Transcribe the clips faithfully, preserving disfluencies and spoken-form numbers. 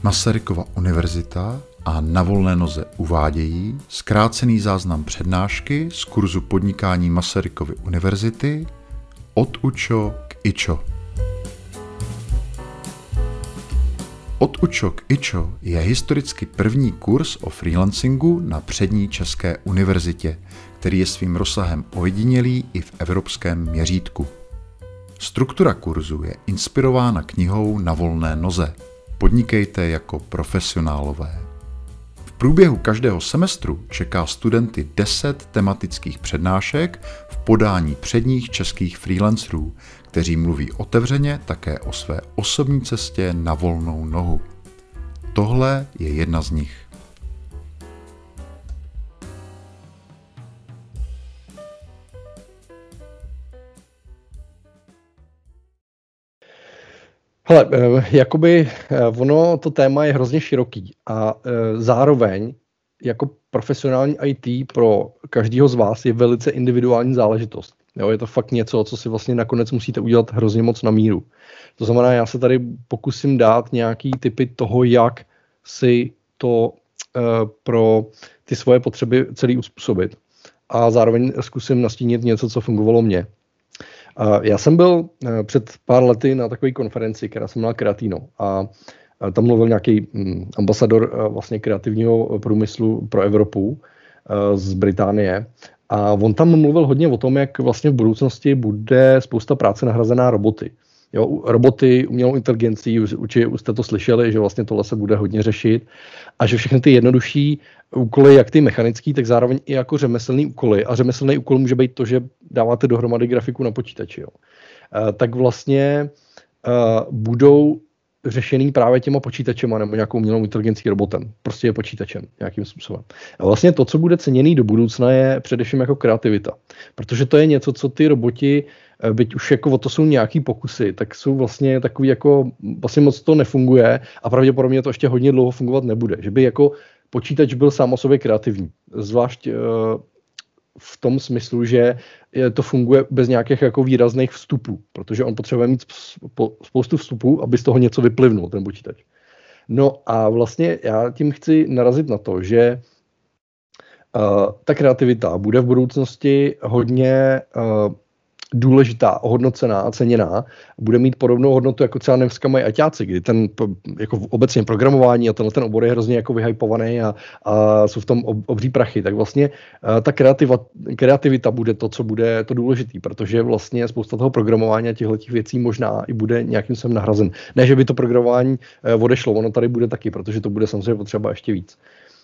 Masarykova univerzita a Na volné noze uvádějí zkrácený záznam přednášky z kurzu podnikání Masarykovy univerzity Od učo k ičo. Od učo k ičo je historicky první kurz o freelancingu na přední české univerzitě, který je svým rozsahem ojedinělý i v evropském měřítku. Struktura kurzu je inspirována knihou Na volné noze. Podnikejte jako profesionálové. V průběhu každého semestru čeká studenty deset tematických přednášek v podání předních českých freelancerů, kteří mluví otevřeně také o své osobní cestě na volnou nohu. Tohle je jedna z nich. Hele, jakoby ono, to téma je hrozně široký a zároveň jako profesionální í té pro každého z vás je velice individuální záležitost. Jo, je to fakt něco, co si vlastně nakonec musíte udělat hrozně moc na míru. To znamená, já se tady pokusím dát nějaký typy toho, jak si to uh, pro ty svoje potřeby celý uspůsobit. A zároveň zkusím nastínit něco, co fungovalo mně. Uh, já jsem byl uh, před pár lety na takové konferenci, která se jmenovala Kreatino. A uh, tam mluvil nějaký um, ambasador uh, vlastně kreativního průmyslu pro Evropu uh, z Británie. A on tam mluvil hodně o tom, jak vlastně v budoucnosti bude spousta práce nahrazená roboty. Jo, roboty, umělou inteligencí, určitě už jste to slyšeli, že vlastně tohle se bude hodně řešit a že všechny ty jednodušší úkoly, jak ty mechanický, tak zároveň i jako řemeslný úkoly. A řemeslný úkol může být to, že dáváte dohromady grafiku na počítači. Jo. Uh, tak vlastně uh, budou řešený právě těma počítačema nebo nějakou umělou inteligencí robotem. Prostě je počítačem nějakým způsobem. A vlastně to, co bude ceněný do budoucna, je především jako kreativita. Protože to je něco, co ty roboti, byť už jako o to jsou nějaký pokusy, tak jsou vlastně takový jako, vlastně moc to nefunguje a pravděpodobně to ještě hodně dlouho fungovat nebude. Že by jako počítač byl sám o sobě kreativní. Zvlášť uh, v tom smyslu, že to funguje bez nějakých jako výrazných vstupů, protože on potřebuje mít spoustu vstupů, aby z toho něco vyplivnul, ten počítač. No a vlastně já tím chci narazit na to, že uh, ta kreativita bude v budoucnosti hodně uh, důležitá, ohodnocená, ceněná, bude mít podobnou hodnotu, jako třeba dneska mají aťáci, kdy ten jako obecně programování a tenhle ten obor je hrozně jako vyhypovaný a, a jsou v tom obří prachy, tak vlastně uh, ta kreativa, kreativita bude to, co bude to důležitý, protože vlastně spousta toho programování a těchto věcí možná i bude nějakým způsobem nahrazen. Ne, že by to programování uh, odešlo, ono tady bude taky, protože to bude samozřejmě potřeba ještě víc.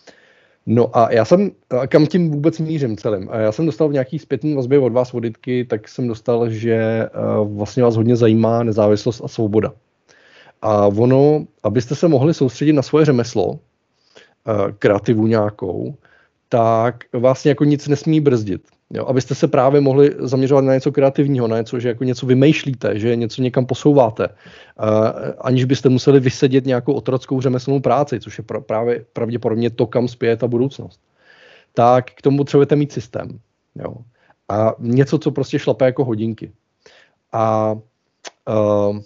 No a já jsem, kam tím vůbec mířím celým, a já jsem dostal v nějaký zpětný vazbě od vás voditky, tak jsem dostal, že uh, vlastně vás hodně zajímá nezávislost a svoboda. A ono, abyste se mohli soustředit na svoje řemeslo, uh, kreativu nějakou, tak vás jako nic nesmí brzdit. Jo? Abyste se právě mohli zaměřovat na něco kreativního, na něco, že jako něco vymýšlíte, že něco někam posouváte, uh, aniž byste museli vysedět nějakou otrockou řemeslnou práci, což je pra- právě pravděpodobně to, kam spěje ta budoucnost. Tak k tomu potřebujete mít systém. Jo? A něco, co prostě šlape jako hodinky. A uh,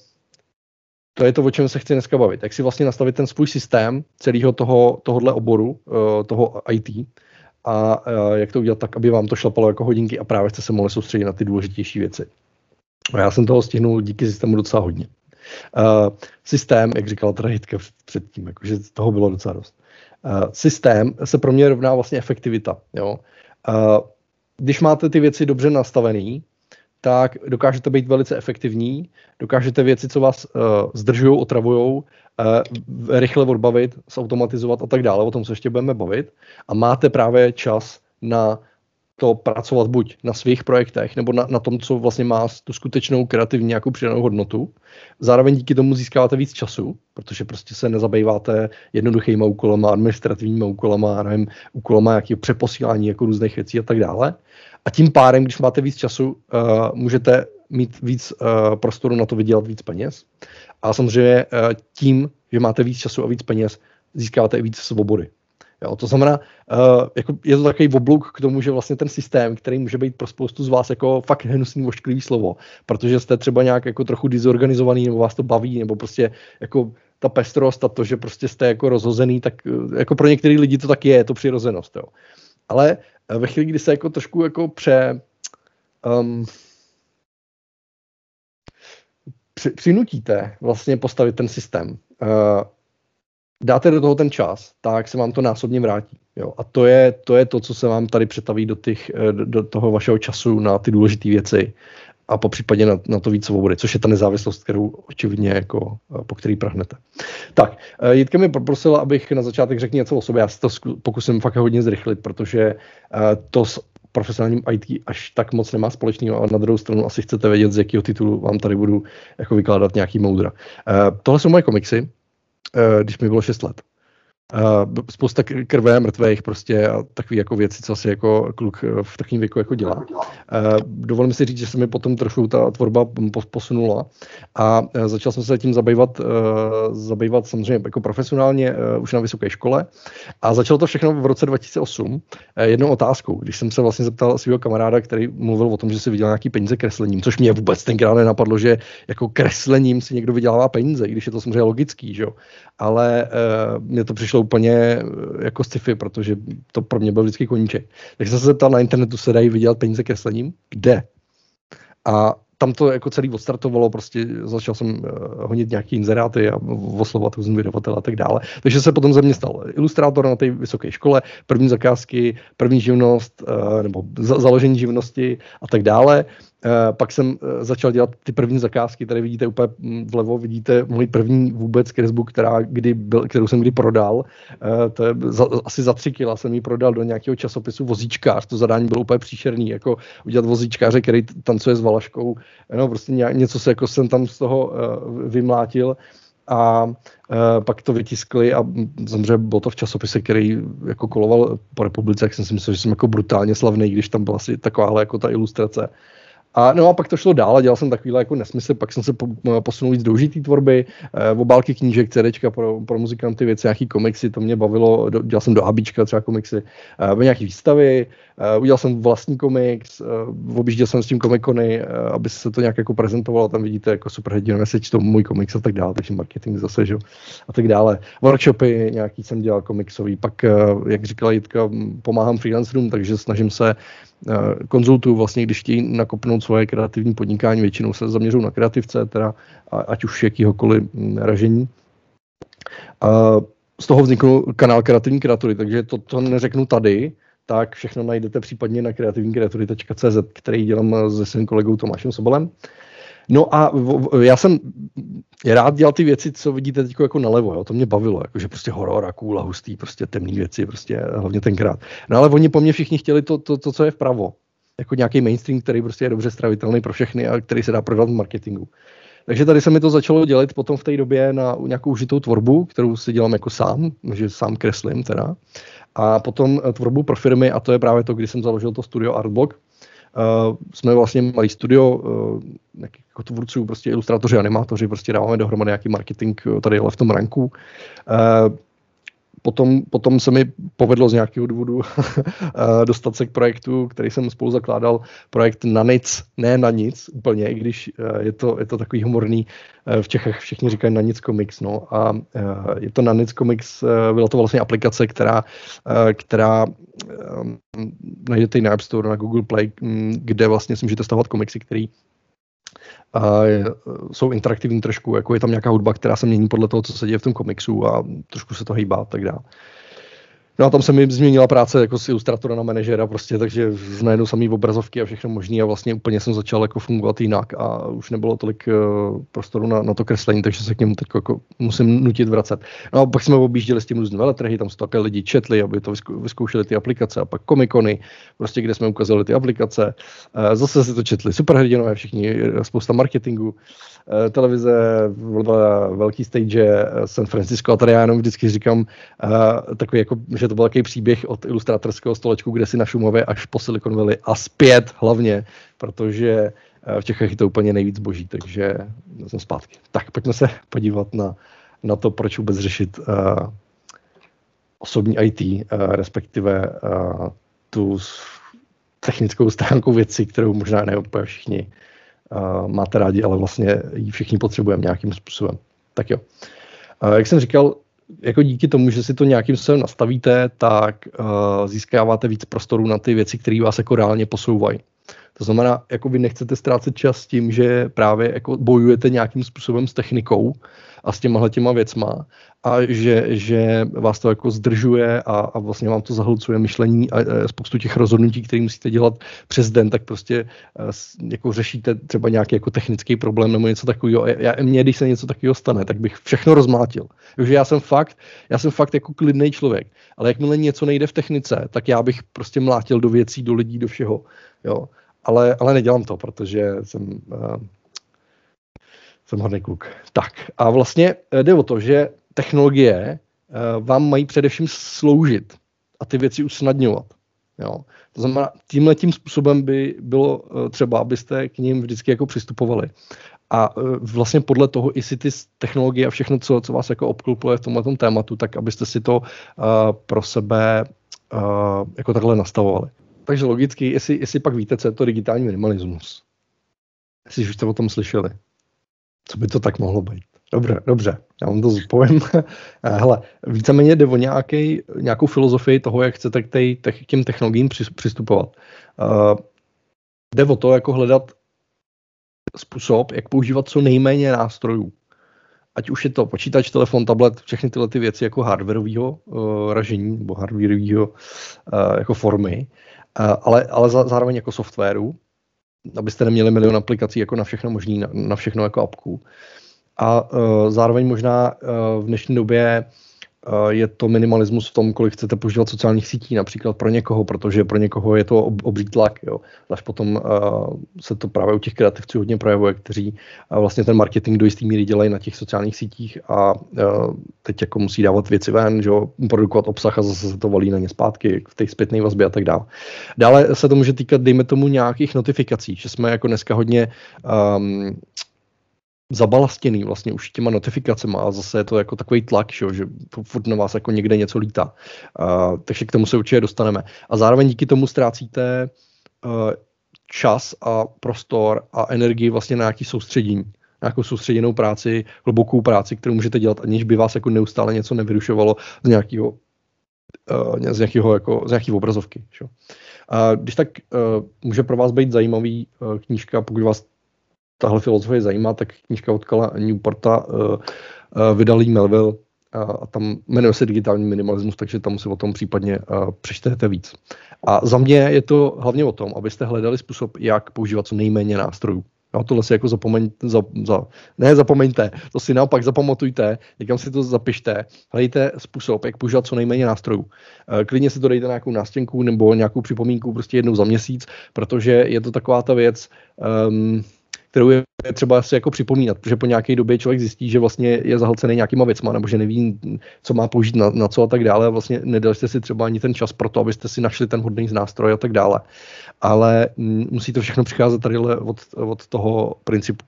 to je to, o čem se chci dneska bavit. Jak si vlastně nastavit ten svůj systém celého toho, tohohle oboru, uh, toho í té, a uh, jak to udělat tak, aby vám to šlapalo jako hodinky a právě jste se mohli soustředit na ty důležitější věci. A já jsem toho stihnul díky systému docela hodně. Uh, systém, jak říkala teda Jitka předtím, jakože toho bylo docela dost. Uh, systém se pro mě rovná vlastně efektivita. Jo? Uh, když máte ty věci dobře nastavený, tak dokážete být velice efektivní, dokážete věci, co vás uh, zdržují, otravujou, uh, rychle odbavit, zautomatizovat a tak dále, o tom se ještě budeme bavit. A máte právě čas na to pracovat buď na svých projektech, nebo na, na tom, co vlastně má tu skutečnou kreativní nějakou přidanou hodnotu. Zároveň díky tomu získáváte víc času, protože prostě se nezabýváte jednoduchýma úkolama, administrativníma úkolama, nevím, úkolama nějakého přeposílání jako různých věcí a tak dále. A tím pádem, když máte víc času, uh, můžete mít víc uh, prostoru na to vydělat víc peněz. A samozřejmě uh, tím, že máte víc času a víc peněz, získáváte i víc svobody. Jo, to znamená, uh, jako je to takový oblouk k tomu, že vlastně ten systém, který může být pro spoustu z vás jako fakt hnusný ošklivý slovo, protože jste třeba nějak jako trochu disorganizovaný, nebo vás to baví, nebo prostě jako ta pestrost a to, že prostě jste jako rozhozený, tak jako pro některý lidi to tak je, je to přirozenost. Jo. Ale ve chvíli, kdy se jako trošku jako pře... Um, při, přinutíte vlastně postavit ten systém, uh, dáte do toho ten čas, tak se vám to násobně vrátí. Jo? A to je, to je to, co se vám tady přetaví do, těch, do, do toho vašeho času na ty důležité věci a po případě na, na to víc svobody, což je ta nezávislost, kterou očividně jako, po který prahnete. Tak, Jitka mě poprosila, abych na začátek řekl něco o sobě. Já si to pokusím fakt hodně zrychlit, protože to s profesionálním í té až tak moc nemá společného, a na druhou stranu asi chcete vědět, z jakého titulu vám tady budu jako vykládat nějaký moudra. Tohle jsou moje komiksy, když mi bylo šest let. Uh, spousta krve, mrtvých prostě a takový jako věci, co asi jako kluk v takovém věku jako dělá. Uh, dovolím si říct, že se mi potom trošku ta tvorba posunula a uh, začal jsem se tím zabývat, uh, zabývat samozřejmě jako profesionálně uh, už na vysoké škole a začalo to všechno v roce dva tisíce osm uh, jednou otázkou, když jsem se vlastně zeptal svého kamaráda, který mluvil o tom, že si vydělal nějaký peníze kreslením, což mě vůbec tenkrát nenapadlo, že jako kreslením si někdo vydělává peníze, i když je to samozřejmě logický, že jo. Ale uh, mně to přišlo úplně jako sci-fi, protože to pro mě byl vždycky koníček. Takže jsem se zeptal, na internetu se dají vydělat peníze kreslením? Kde? A tam to jako celý odstartovalo, prostě začal jsem honit nějaký inzeráty a oslovat různý vydavatele a tak dále. Takže se potom ze mě stal ilustrátor na té vysoké škole, první zakázky, první živnost, nebo založení živnosti a tak dále. Pak jsem začal dělat ty první zakázky, tady vidíte úplně vlevo, vidíte můj první vůbec kresbu, která kdy byl, kterou jsem kdy prodal. To je za, asi za tři kila jsem ji prodal do nějakého časopisu Vozíčkář. To zadání bylo úplně příšerný, jako udělat vozíčkáře, který tancuje s Valaškou. No, prostě nějak, něco se jako jsem tam z toho uh, vymlátil a uh, pak to vytiskli a samozřejmě bylo to v časopise, který jako koloval po republice, jak jsem si myslel, že jsem jako brutálně slavný, když tam byla asi takováhle jako ta ilustrace. A no a pak to šlo dál a dělal jsem takovýhle jako nesmysl, pak jsem se po, posunul víc do užitý tvorby, e, obálky knížek, CDčka pro, pro muzikanty, věci, nějaký komiksy, to mě bavilo, do, dělal jsem do ABíčka třeba komiksy, e, nějaký výstavy, e, udělal jsem vlastní komiks, e, objížděl jsem s tím komikony, e, aby se to nějak jako prezentovalo, tam vidíte jako superhrdinové, se čtou můj komiks a tak dále, takže marketing zase, že? A tak dále. Workshopy nějaký jsem dělal komiksový, pak, e, jak říkala Jitka, pomáhám freelancerům, takže snažím se konzultuju vlastně, když chtějí nakopnout svoje kreativní podnikání, většinou se zaměřují na kreativce, teda ať už jakýhokoliv ražení. A z toho vznikl kanál Kreativní kreatury, takže to, to neřeknu tady, tak všechno najdete případně na kreativní kreatury tečka cé zet, který dělám se svým kolegou Tomášem Sobolem. No a já jsem rád dělal ty věci, co vidíte teď jako nalevo, jo? To mě bavilo, jakože prostě horor a kůl a hustý, prostě temný věci, prostě hlavně tenkrát. No ale oni po mně všichni chtěli to, to, to co je vpravo, jako nějaký mainstream, který prostě je dobře stravitelný pro všechny a který se dá prodat v marketingu. Takže tady se mi to začalo dělat potom v té době na nějakou užitou tvorbu, kterou si dělám jako sám, že sám kreslím teda. A potom tvorbu pro firmy a to je právě to, kdy jsem založil to studio Artblog. Uh, jsme vlastně malý studio, uh, jako tvůrců, prostě ilustrátoři, animátoři, prostě dáváme dohromady nějaký marketing tady v tom ranku. Uh, Potom, potom se mi povedlo z nějakého důvodu dostat se k projektu, který jsem spolu zakládal, projekt Na nic, ne na nic úplně, i když je to, je to takový humorný, v Čechách všichni říkají Na nic komiks, no a je to Na nic komiks, byla to vlastně aplikace, která, která najdete i na App Store, na Google Play, kde vlastně si můžete stahovat komiksy, který a jsou interaktivní trošku, jako je tam nějaká hudba, která se mění podle toho, co se děje v tom komiksu a trošku se to hýbá a tak dále. No a tam se mi změnila práce jako z ilustrátora na manažera prostě, takže najednou samý obrazovky a všechno možný a vlastně úplně jsem začal jako fungovat jinak a už nebylo tolik uh, prostoru na, na to kreslení, takže se k němu teď jako musím nutit vracet. No a pak jsme objížděli s tím různé veletrhy, tam se také lidi četli, aby to vyzkoušeli ty aplikace a pak komikony, prostě kde jsme ukázali ty aplikace. Uh, zase si to četli superhrdinové všichni, spousta marketingu, uh, televize, velký stage, San Francisco a tady já jenom vždycky říkám uh, takový jako, že to byl takový příběh od ilustrátorského stolečku, kde si na Šumově až po Silicon Valley a zpět hlavně, protože v Čechách je to úplně nejvíc boží, takže jsem zpátky. Tak pojďme se podívat na, na to, proč vůbec řešit uh, osobní í té, respektive tu technickou stránku věci, kterou možná ne úplně všichni máte rádi, ale vlastně ji všichni potřebujeme nějakým způsobem. Tak jo. Jak jsem říkal, jako díky tomu, že si to nějakým způsobem nastavíte, tak získáváte víc prostoru na ty věci, které vás jako reálně posouvají. To znamená, jako vy nechcete ztrácet čas tím, že právě jako bojujete nějakým způsobem s technikou a s těmahle těma věcma a že, že vás to jako zdržuje a, a vlastně vám to zahlcuje myšlení a, a spoustu těch rozhodnutí, které musíte dělat přes den, tak prostě jako řešíte třeba nějaký jako technický problém nebo něco takového. Já, mě, když se něco takového stane, tak bych všechno rozmátil. Takže já jsem fakt, já jsem fakt jako klidný člověk, ale jakmile něco nejde v technice, tak já bych prostě mlátil do věcí, do lidí, do všeho. Jo. Ale, ale nedělám to, protože jsem, uh, jsem hodný kluk. Tak a vlastně jde o to, že technologie uh, vám mají především sloužit a ty věci usnadňovat. Jo. To znamená, tímhletím způsobem by bylo uh, třeba, abyste k ním vždycky jako přistupovali. A uh, vlastně podle toho, jestli ty technologie a všechno, co, co vás jako obklopuje v tomhletom tématu, tak abyste si to uh, pro sebe uh, jako takhle nastavovali. Takže logicky, jestli, jestli pak víte, co je to digitální minimalismus. Jestli už jste o tom slyšeli. Co by to tak mohlo být? Dobře, dobře, já vám to zpovím. Hele, víceméně jde o nějaký, nějakou filozofii toho, jak chcete k, tej, k těm technologiím přistupovat. Uh, jde o to, jako hledat způsob, jak používat co nejméně nástrojů. Ať už je to počítač, telefon, tablet, všechny tyhle ty věci jako hardwarového uh, ražení nebo hardwarového uh, jako formy. Uh, ale, ale za, zároveň jako softwaru, abyste neměli milion aplikací jako na všechno možný, na, na všechno jako apku. A uh, zároveň možná uh, v dnešní době uh, je to minimalismus v tom, kolik chcete používat sociálních sítí, například pro někoho, protože pro někoho je to ob, obří tlak. Jo. Až potom uh, se to právě u těch kreativců hodně projevuje, kteří uh, vlastně ten marketing do jistý míry dělají na těch sociálních sítích a uh, teď jako musí dávat věci ven, že jo, produkovat obsah a zase se to valí na ně zpátky v té zpětné vazbě a tak dále. Dále se to může týkat, dejme tomu, nějakých notifikací, že jsme jako dneska hodně um, zabalastěný vlastně už těma notifikacemi a zase je to jako takový tlak, že furt na vás jako někde něco lítá. Uh, takže k tomu se určitě dostaneme. A zároveň díky tomu ztrácíte uh, čas a prostor a energii vlastně na nějaký soustředění. Nějakou soustředěnou práci, hlubokou práci, kterou můžete dělat, aniž by vás jako neustále něco nevyrušovalo z nějakého uh, z nějakého jako z nějaký obrazovky. Že? Uh, když tak uh, může pro vás být zajímavý uh, knížka, pokud vás tahle filozofie zajímá, tak knížka od Cala Newporta uh, uh, vydal jí Melville uh, a tam jmenuje se Digitální minimalismus, takže tam si o tom případně uh, přečtete víc. A za mě je to hlavně o tom, abyste hledali způsob, jak používat co nejméně nástrojů. No, tohle si jako zapomeňte, za, za, ne zapomeňte, to si naopak zapamatujte, někam si to zapište, hledejte způsob, jak používat co nejméně nástrojů. Uh, klidně si to dejte na nějakou nástěnku nebo nějakou připomínku prostě jednou za měsíc, protože je to taková ta věc, um, kterou je třeba si jako připomínat, protože po nějaké době člověk zjistí, že vlastně je zahlcený nějakýma věcma, nebo že neví, co má použít na, na co a tak dále. Vlastně nedali jste si třeba ani ten čas pro to, abyste si našli ten hodný nástroj a tak dále. Ale m, musí to všechno přicházet tady od, od toho principu.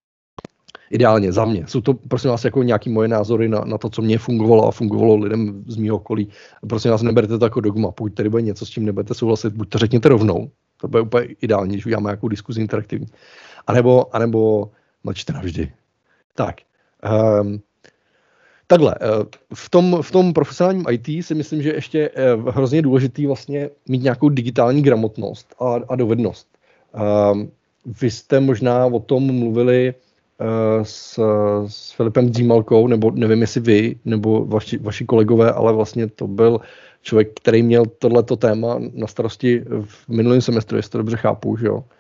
Ideálně za mě. Jsou to, prosím vás, jako nějaký moje názory na, na to, co mě fungovalo a fungovalo lidem z mého okolí. Prosím vás, neberte to jako dogma. Pokud tady bude něco, s čím nebudete souhlasit, buď to řekněte rovnou. To bude úplně ideální, když uděláme nějakou diskuzi interaktivní. A nebo, a nebo mlčte navždy. Tak. Um, takhle. V tom, v tom profesionálním í té si myslím, že ještě je hrozně důležitý vlastně mít nějakou digitální gramotnost a, a dovednost. Um, vy jste možná o tom mluvili uh, s, s Filipem Dřímalkou, nebo nevím, jestli vy, nebo vaši, vaši kolegové, ale vlastně to byl člověk, který měl tohleto téma na starosti v minulém semestru, jestli to dobře chápu, že jo.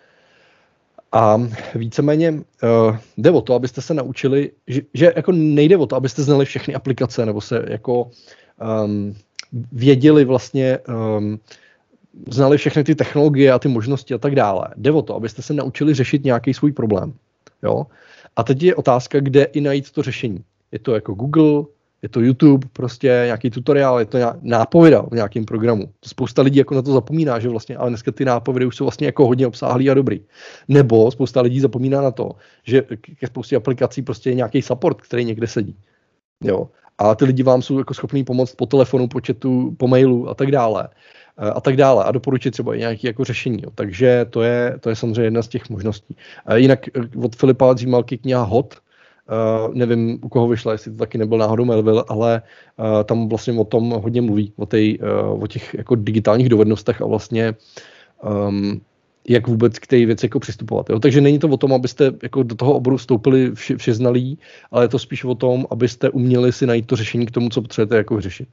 A víceméně uh, jde o to, abyste se naučili, že, že jako nejde o to, abyste znali všechny aplikace, nebo se jako um, věděli vlastně, um, znali všechny ty technologie a ty možnosti a tak dále. Jde o to, abyste se naučili řešit nějaký svůj problém. Jo? A teď je otázka, kde i najít to řešení. Je to jako Google, je to YouTube, prostě nějaký tutoriál, je to nápověda v nějakém programu. To spousta lidí jako na to zapomíná, že vlastně, ale dneska ty nápovědy už jsou vlastně jako hodně obsáhlý a dobrý. Nebo spousta lidí zapomíná na to, že ke spoustě aplikací prostě je nějaký support, který někde sedí. Jo. A ty lidi vám jsou jako schopní pomoct po telefonu, po chatu, po mailu a tak dále. A tak dále. A doporučit třeba i nějaké jako řešení. Jo. Takže to je, to je samozřejmě jedna z těch možností. A jinak od Filipa od Zímalky kniha Hot. Uh, nevím, u koho vyšla, jestli to taky nebyl náhodou Melville, ale uh, tam vlastně o tom hodně mluví, o, tej, uh, o těch jako digitálních dovednostech a vlastně um, jak vůbec k té věci jako přistupovat. Jo? Takže není to o tom, abyste jako do toho oboru vstoupili vše, vše znalí, ale je to spíš o tom, abyste uměli si najít to řešení k tomu, co potřebujete jako vyřešit.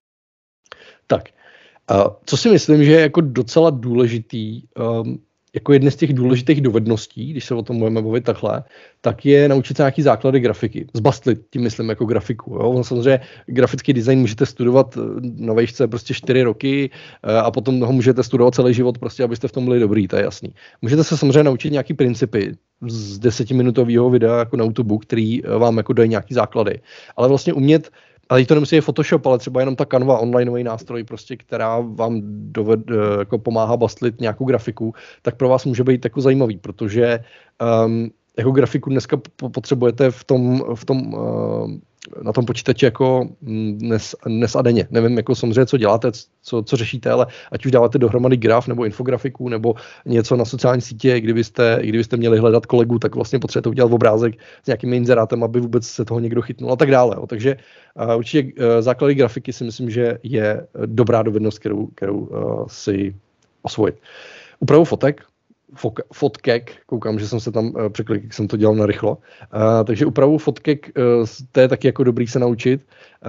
Tak, uh, co si myslím, že je jako docela důležitý, um, jako jedna z těch důležitých dovedností, když se o tom budeme bavit takhle, tak je naučit se nějaký základy grafiky. Zbastlit, tím myslím jako grafiku. Jo? Samozřejmě grafický design můžete studovat na vejšce prostě čtyři roky a potom ho můžete studovat celý život, prostě, abyste v tom byli dobrý, to je jasný. Můžete se samozřejmě naučit nějaký principy z desetiminutového videa jako na YouTube, který vám jako dají nějaký základy. Ale vlastně umět, ale to nemusí je Photoshop, ale třeba jenom ta Canva, onlineový nástroj, prostě, která vám doved, jako pomáhá bastlit nějakou grafiku, tak pro vás může být jako zajímavý, protože um, jako grafiku dneska potřebujete v tom, v tom, uh, na tom počítači jako dnes, dnes a denně. Nevím, jako samozřejmě, co děláte, co, co řešíte, ale ať už dáváte dohromady graf nebo infografiku nebo něco na sociální sítě, kdybyste, kdybyste měli hledat kolegu, tak vlastně potřebujete udělat obrázek s nějakým inzerátem, aby vůbec se toho někdo chytnul a tak dále. Jo. Takže uh, určitě uh, základy grafiky si myslím, že je dobrá dovednost, kterou, kterou uh, si osvojit. Úpravu fotek. Fotkek, koukám, že jsem se tam uh, překlikl, jak jsem to dělal narychlo. Uh, takže úpravu fotkek, uh, to je taky jako dobrý se naučit.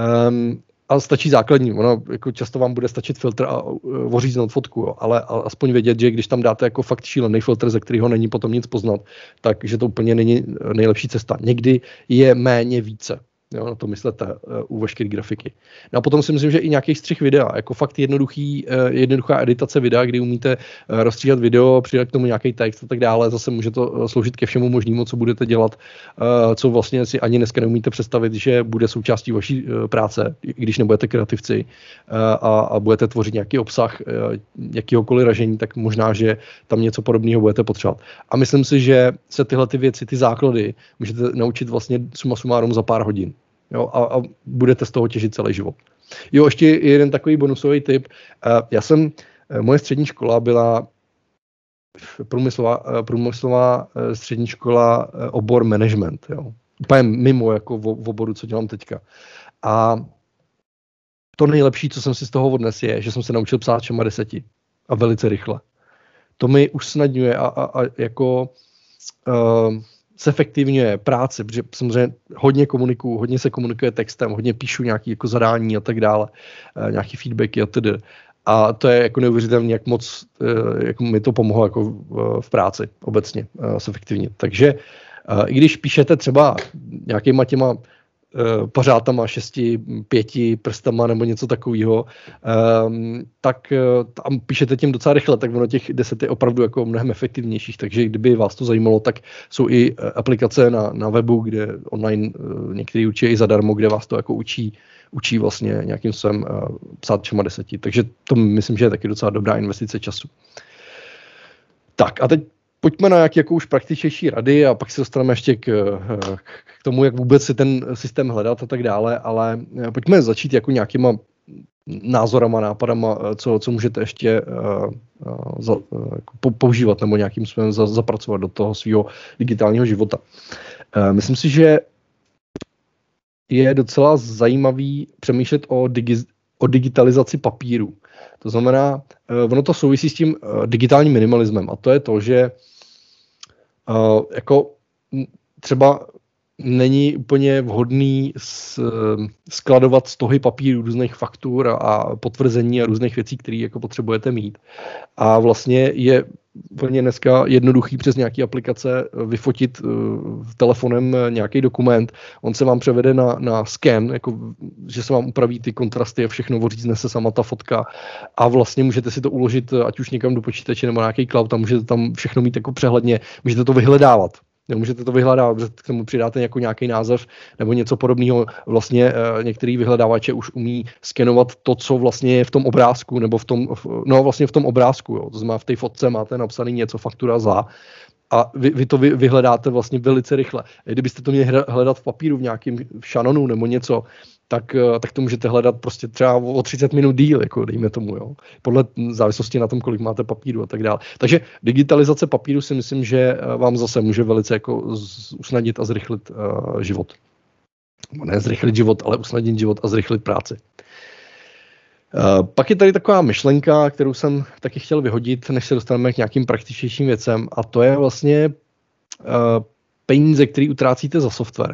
Um, a stačí základní, ono jako často vám bude stačit filtr a uh, oříznout fotku, jo. Ale a, aspoň vědět, že když tam dáte jako fakt šílený filtr, ze kterého není potom nic poznat, takže to úplně není nejlepší cesta. Někdy je méně více. Jo, na to myslete uh, u veškeré grafiky. No a potom si myslím, že i nějaký střih videa, jako fakt jednoduchý, uh, jednoduchá editace videa, kdy umíte uh, rozstříhat video, přidat k tomu nějaký text a tak dále, zase může to uh, sloužit ke všemu možnému, co budete dělat, uh, co vlastně si ani dneska neumíte představit, že bude součástí vaší uh, práce, i když nebudete kreativci uh, a, a budete tvořit nějaký obsah uh, jakýhokoliv ražení, tak možná, že tam něco podobného budete potřebovat. A myslím si, že se tyhle ty věci, ty základy, můžete naučit vlastně suma sumárum za pár hodin. Jo, a, a budete z toho těžit celý život. Jo, ještě jeden takový bonusový tip. Já jsem, moje střední škola byla průmyslová, průmyslová střední škola obor management. Jo. Úplně mimo jako v, v oboru, co dělám teďka. A to nejlepší, co jsem si z toho odnes, je, že jsem se naučil psát všema deseti. A velice rychle. To mi usnadňuje a, a, a jako... Uh, zefektivňuje práci, protože samozřejmě hodně komunikuju, hodně se komunikuje textem, hodně píšu nějaké jako zadání a tak dále, nějaký feedbacky a tedy. A to je jako neuvěřitelné, jak moc jako mi to pomohlo jako v práci obecně zefektivnit. Takže i když píšete třeba nějakýma těma pařátama, šesti, pěti prstama nebo něco takového, um, tak tam píšete tím docela rychle, tak ono těch deset je opravdu jako mnohem efektivnějších, takže kdyby vás to zajímalo, tak jsou i aplikace na, na webu, kde online některý učí i zadarmo, kde vás to jako učí, učí vlastně nějakým způsobem uh, psát všema deseti, takže to myslím, že je taky docela dobrá investice času. Tak a teď pojďme na nějaké jako už praktičnější rady a pak se dostaneme ještě k, k tomu, jak vůbec si ten systém hledat a tak dále, ale pojďme začít jako nějakýma názorama, nápadama, co, co můžete ještě uh, za, uh, používat nebo nějakým způsobem za, zapracovat do toho svého digitálního života. Uh, myslím si, že je docela zajímavý přemýšlet o, digi, o digitalizaci papíru. To znamená, uh, ono to souvisí s tím uh, digitálním minimalismem a to je to, že uh, jako třeba není úplně vhodný s, skladovat stohy papíru, různých faktur a, a potvrzení a různých věcí, které jako potřebujete mít. A vlastně je úplně dneska jednoduchý přes nějaké aplikace vyfotit uh, telefonem nějaký dokument. On se vám převede na, na scan, jako, že se vám upraví ty kontrasty a všechno, ořízne se sama ta fotka a vlastně můžete si to uložit ať už někam do počítače nebo nějaký cloud a můžete tam všechno mít jako přehledně, můžete to vyhledávat. Nemůžete to vyhledávat, protože k tomu přidáte jako nějaký název nebo něco podobného. Vlastně e, některý vyhledávače už umí skenovat to, co vlastně je v tom obrázku, nebo v tom, v, no vlastně v tom obrázku. Jo. To znamená, v té fotce máte napsaný něco, faktura za. a vy, vy to vy, vyhledáte vlastně velice rychle. Kdybyste to měli hledat v papíru, v nějakém v Shannonu nebo něco, tak, tak to můžete hledat prostě třeba o třicet minut díl, jako dejme tomu, jo. Podle závislosti na tom, kolik máte papíru a tak dále. Takže digitalizace papíru si myslím, že vám zase může velice jako usnadnit a zrychlit uh, život. Ne zrychlit život, ale usnadnit život a zrychlit práci. Uh, pak je tady taková myšlenka, kterou jsem taky chtěl vyhodit, než se dostaneme k nějakým praktičnějším věcem, a to je vlastně uh, peníze, které utrácíte za software.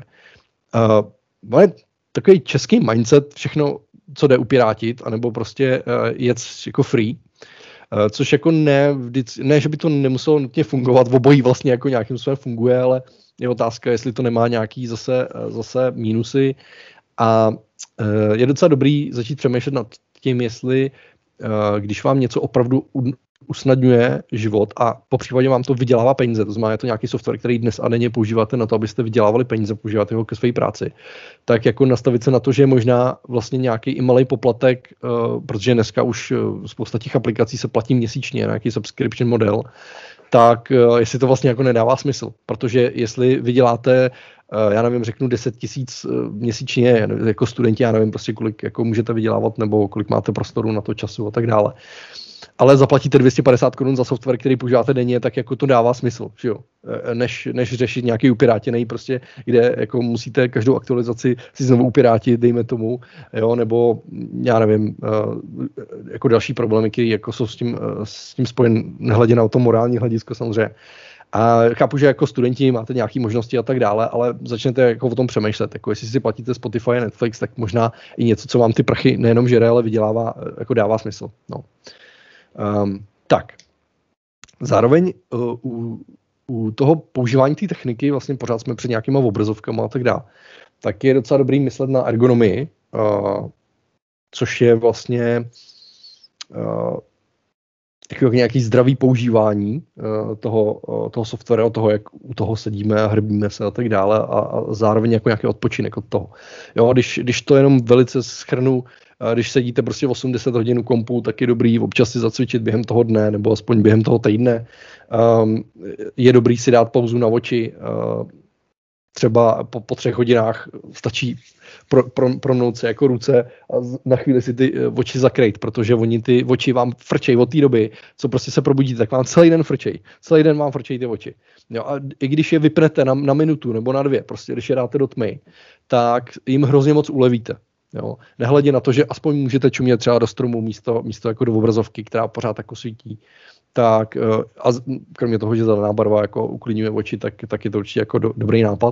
Uh, takový český mindset, všechno, co jde upírátit, anebo prostě uh, jet jako free, uh, což jako ne, vždyť, ne, že by to nemuselo nutně fungovat, v obojí vlastně jako nějakým způsobem funguje, ale je otázka, jestli to nemá nějaký zase, zase mínusy, a uh, je docela dobrý začít přemýšlet nad tím, jestli uh, když vám něco opravdu usnadňuje život a po případě vám to vydělává peníze, to znamená, je to nějaký software, který dnes a denně používáte na to, abyste vydělávali peníze, používáte ho ke své práci, tak jako nastavit se na to, že je možná vlastně nějaký i malý poplatek, uh, protože dneska už uh, spousta těch aplikací se platí měsíčně, nějaký subscription model, tak uh, jestli to vlastně jako nedává smysl, protože jestli vyděláte uh, já nevím, řeknu deset tisíc uh, měsíčně, jako studenti, já nevím prostě kolik jako můžete vydělávat nebo kolik máte prostoru na to, času a tak dále, ale zaplatíte dvě stě padesát korun za software, který používáte denně, tak jako to dává smysl, že jo? Než, než řešit nějaký upirátěnej, prostě, kde jako musíte každou aktualizaci si znovu upirátit, dejme tomu, jo? Nebo já nevím, jako další problémy, které jako jsou s tím, s tím spojen, nehledě na to morální hledisko samozřejmě. A chápu, že jako studenti máte nějaké možnosti a tak dále, ale začnete jako o tom přemýšlet. Jako jestli si platíte Spotify a Netflix, tak možná i něco, co vám ty prachy nejenom žere, ale vydělává, jako dává smysl. No. Um, tak, zároveň uh, u, u toho používání té techniky, vlastně pořád jsme před nějakýma obrazovkama a tak dále, tak je docela dobrý myslet na ergonomii, uh, což je vlastně uh, jako nějaký zdravý používání uh, toho, uh, toho softwaru, toho, jak u toho sedíme a hrbíme se a tak dále, a, a zároveň jako nějaký odpočinek od toho. Jo, když, když to jenom velice shrnu, když sedíte prostě osmdesát hodin u kompu, tak je dobrý občas si zacvičit během toho dne, nebo aspoň během toho týdne. Um, je dobrý si dát pauzu na oči. Uh, třeba po, po třech hodinách stačí pro, pro, promnout se jako ruce a na chvíli si ty oči zakrejt, protože oni ty oči vám frčej od té doby, co prostě se probudíte, tak vám celý den frčej. Celý den vám frčej ty oči. Jo, a i když je vypnete na, na minutu nebo na dvě, prostě když je dáte do tmy, tak jim hrozně moc ulevíte. Jo. Nehledě na to, že aspoň můžete čumět třeba do stromu místo, místo jako do obrazovky, která pořád jako svítí. Tak a kromě toho, že zelená barva jako uklidňuje oči, tak, tak je to určitě jako do, dobrý nápad.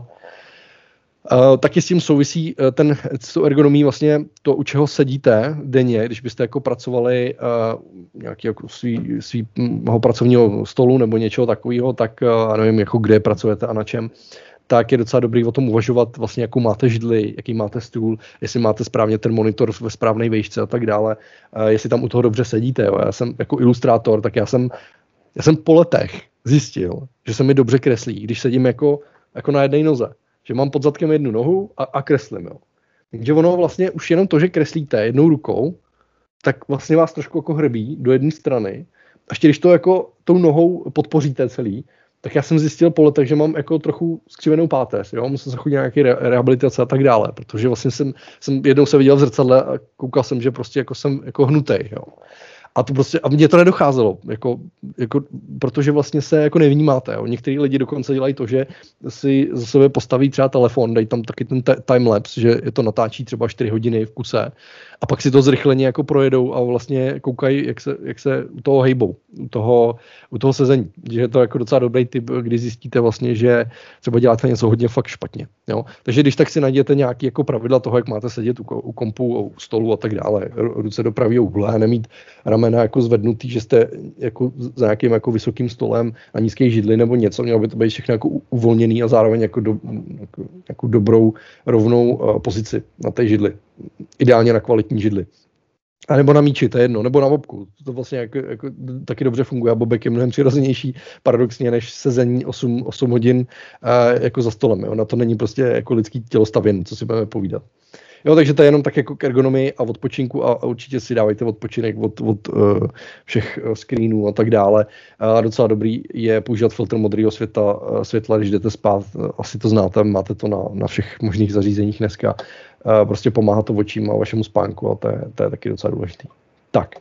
Uh, taky s tím souvisí uh, ten, s tou ergonomí vlastně to, u čeho sedíte denně, když byste jako pracovali uh, nějaký jako svý, svýho pracovního stolu nebo něčeho takového, tak uh, nevím, jako kde pracujete a na čem, tak je docela dobrý o tom uvažovat, vlastně jakou máte židli, jaký máte stůl, jestli máte správně ten monitor ve správné výšce a tak dále, uh, jestli tam u toho dobře sedíte. Jo. Já jsem jako ilustrátor, tak já jsem, já jsem po letech zjistil, že se mi dobře kreslí, když sedím jako, jako na jedné noze. Že mám pod zadkem jednu nohu a, a kreslím. Jo. Takže ono vlastně už jenom to, že kreslíte jednou rukou, tak vlastně vás trošku jako hrbí do jedné strany. A ještě když to jako tou nohou podpoříte celý, tak já jsem zjistil po letech, že mám jako trochu skřivenou páteř. Jo. Musím se chodit nějaké re- rehabilitace a tak dále, protože vlastně jsem, jsem jednou se viděl v zrcadle a koukal jsem, že prostě jako jsem jako hnutej. Jo. A to prostě, a mně to nedocházelo, jako, jako, protože vlastně se jako nevnímáte. Jo. Některý lidi dokonce dělají to, že si za sebe postaví třeba telefon, dají tam taky ten t- timelapse, že je to natáčí třeba čtyři hodiny v kuse a pak si to zrychleně jako projedou a vlastně koukají, jak se, jak se u toho hejbou, u toho, u toho sezení. Že je to jako docela dobrý tip, když zjistíte vlastně, že třeba děláte něco hodně fakt špatně. Jo. Takže když tak si najděte nějaké jako pravidla toho, jak máte sedět u, u kompu, u stolu a tak dále, ruce do pravého úhle, nemít ramena jako zvednutý, že jste jako za nějakým jako vysokým stolem na nízké židli nebo něco, mělo by to být všechno jako uvolněný a zároveň jako, do, jako, jako dobrou rovnou uh, pozici na té židli. Ideálně na kvalitní židli. A nebo na míči, to je jedno, nebo na bobku. To vlastně jako, jako, taky dobře funguje a bobek je mnohem přirozenější paradoxně než sezení osm hodin uh, jako za stolem. Jo. Na to není prostě jako lidský tělo stavěn, co si budeme povídat. Jo, takže to je jenom tak jako k ergonomii a odpočinku a, a určitě si dávajte odpočinek od, od uh, všech uh, screenů a tak dále. Uh, docela dobrý je používat filtr modrého světla, uh, světla, když jdete spát. Uh, asi to znáte, máte to na, na všech možných zařízeních dneska. Uh, prostě pomáhá to očím a vašemu spánku a to je, to je taky docela důležitý. Tak.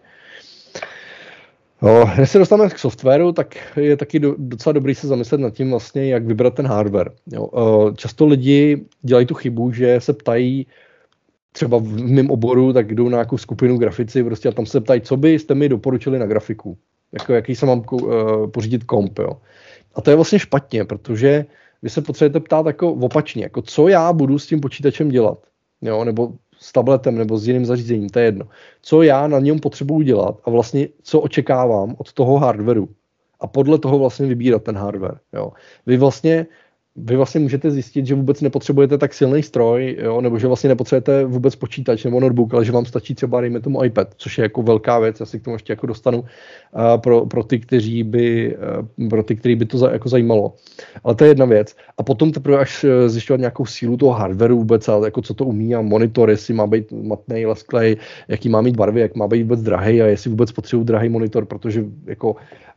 No, když se dostaneme k softwaru, tak je taky do, docela dobrý se zamyslet nad tím vlastně, jak vybrat ten hardware. Jo. Často lidi dělají tu chybu, že se ptají, třeba v mém oboru, tak jdou na nějakou skupinu grafici prostě a tam se ptají, co byste mi doporučili na grafiku. Jako, jaký se mám uh, pořídit komp. Jo. A to je vlastně špatně, protože vy se potřebujete ptát jako opačně, jako co já budu s tím počítačem dělat. Jo, nebo s tabletem nebo s jiným zařízením, to je jedno. Co já na něm potřebuji dělat a vlastně co očekávám od toho hardwareu. A podle toho vlastně vybírat ten hardware. Jo. Vy vlastně Vy vlastně můžete zjistit, že vůbec nepotřebujete tak silný stroj, jo, nebo že vlastně nepotřebujete vůbec počítač nebo notebook, ale že vám stačí třeba, dejme tomu, iPad, což je jako velká věc, já si k tomu ještě jako dostanu uh, pro, pro, ty, kteří by, uh, pro ty, který by to za, jako zajímalo. Ale to je jedna věc. A potom teprve až zjišťovat nějakou sílu toho hardwareu vůbec, a jako co to umí a monitor, jestli má být matnej, lesklej, jaký má mít barvy, jak má být vůbec drahej a jestli vůbec potřebuji drahý monitor, protože jako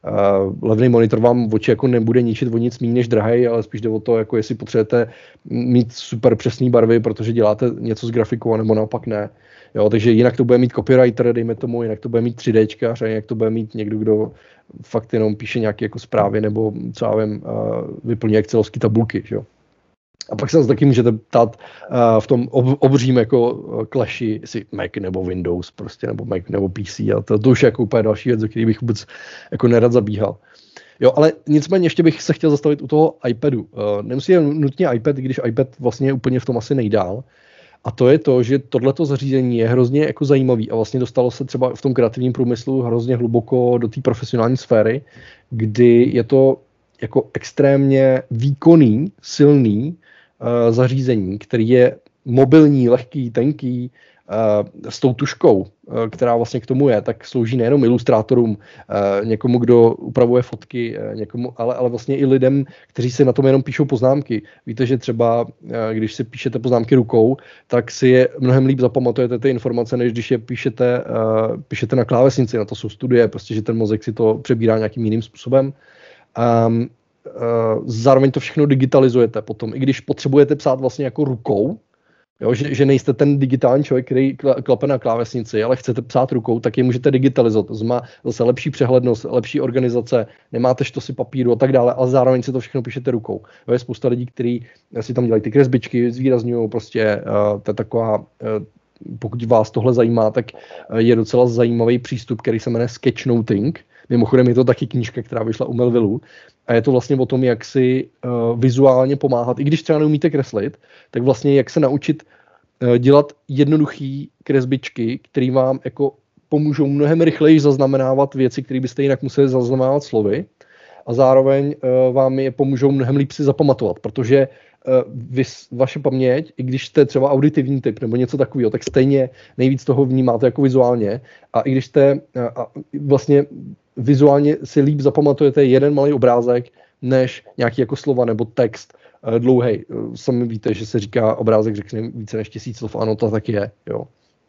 Uh, levný monitor vám oči jako nebude ničit o nic méně než drahej, ale spíš jde o to, jako jestli potřebujete mít super přesné barvy, protože děláte něco s grafikou, nebo naopak ne. Jo, takže jinak to bude mít copywriter, dejme tomu, jinak to bude mít tři déčkař a jinak to bude mít někdo, kdo fakt jenom píše nějaké jako zprávy nebo co já vím, uh, vyplní excelovské tabulky. Jo. A pak se taky můžete ptát uh, v tom ob, obřím jako clashi, jestli Mac nebo Windows, prostě, nebo Mac nebo P C. A to, to už je jako úplně další věc, do které bych vůbec jako nerad zabíhal. Jo, ale nicméně ještě bych se chtěl zastavit u toho iPadu. Uh, nemusí nutně iPad, když iPad vlastně je úplně v tom asi nejdál. A to je to, že tohleto zařízení je hrozně jako zajímavý a vlastně dostalo se třeba v tom kreativním průmyslu hrozně hluboko do té profesionální sféry, kdy je to jako extrémně výkonný, silný uh, zařízení, který je mobilní, lehký, tenký, uh, s tou tuškou, uh, která vlastně k tomu je, tak slouží nejenom ilustrátorům, uh, někomu, kdo upravuje fotky, uh, někomu, ale, ale vlastně i lidem, kteří si na tom jenom píšou poznámky. Víte, že třeba, uh, když si píšete poznámky rukou, tak si je mnohem líp zapamatujete ty informace, než když je píšete, uh, píšete na klávesnici. Na to jsou studie, prostě, že ten mozek si to přebírá nějakým jiným způsobem. Um, uh, zároveň to všechno digitalizujete potom, i když potřebujete psát vlastně jako rukou, jo, že, že nejste ten digitální člověk, který klape na klávesnici, ale chcete psát rukou, tak je můžete digitalizovat. To má zase lepší přehlednost, lepší organizace, nemáte štosy papíru a tak dále, ale zároveň si to všechno píšete rukou. Jo, je spousta lidí, kteří si tam dělají ty kresbičky, zvýrazňují prostě, uh, to je taková, uh, pokud vás tohle zajímá, tak uh, je docela zajímavý přístup, který se jmenuje Sketchnoting. Mimochodem je to taky knížka, která vyšla u Melvillu a je to vlastně o tom, jak si uh, vizuálně pomáhat. I když třeba neumíte kreslit, tak vlastně jak se naučit uh, dělat jednoduché kresbičky, které vám jako pomůžou mnohem rychleji zaznamenávat věci, které byste jinak museli zaznamenávat slovy a zároveň uh, vám je pomůžou mnohem líp si zapamatovat, protože uh, vy, vaše paměť, i když jste třeba auditivní typ nebo něco takového, tak stejně nejvíc toho vnímáte jako vizuálně a i když jste uh, a vlastně vizuálně si líp zapamatujete jeden malý obrázek, než nějaký jako slova nebo text uh, dlouhej. Uh, sami víte, že se říká obrázek řekne více než tisíc slov, ano, to tak je. Jo.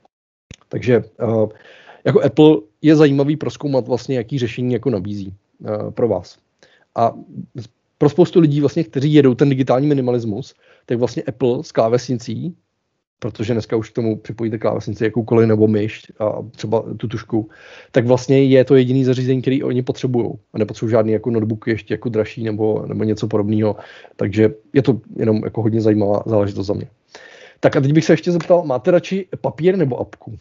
Takže uh, jako Apple je zajímavý prozkoumat vlastně, jaký řešení jako nabízí uh, pro vás. A pro spoustu lidí, vlastně, kteří jedou ten digitální minimalismus, tak vlastně Apple s klávesnicí, protože dneska už k tomu připojíte klávesnici jakoukoliv nebo myš a třeba tu tušku, tak vlastně je to jediný zařízení, který oni potřebují. A nepotřebují žádný jako notebook ještě jako dražší nebo, nebo něco podobného. Takže je to jenom jako hodně zajímavá záležitost za mě. Tak a teď bych se ještě zeptal, máte radši papír nebo apku?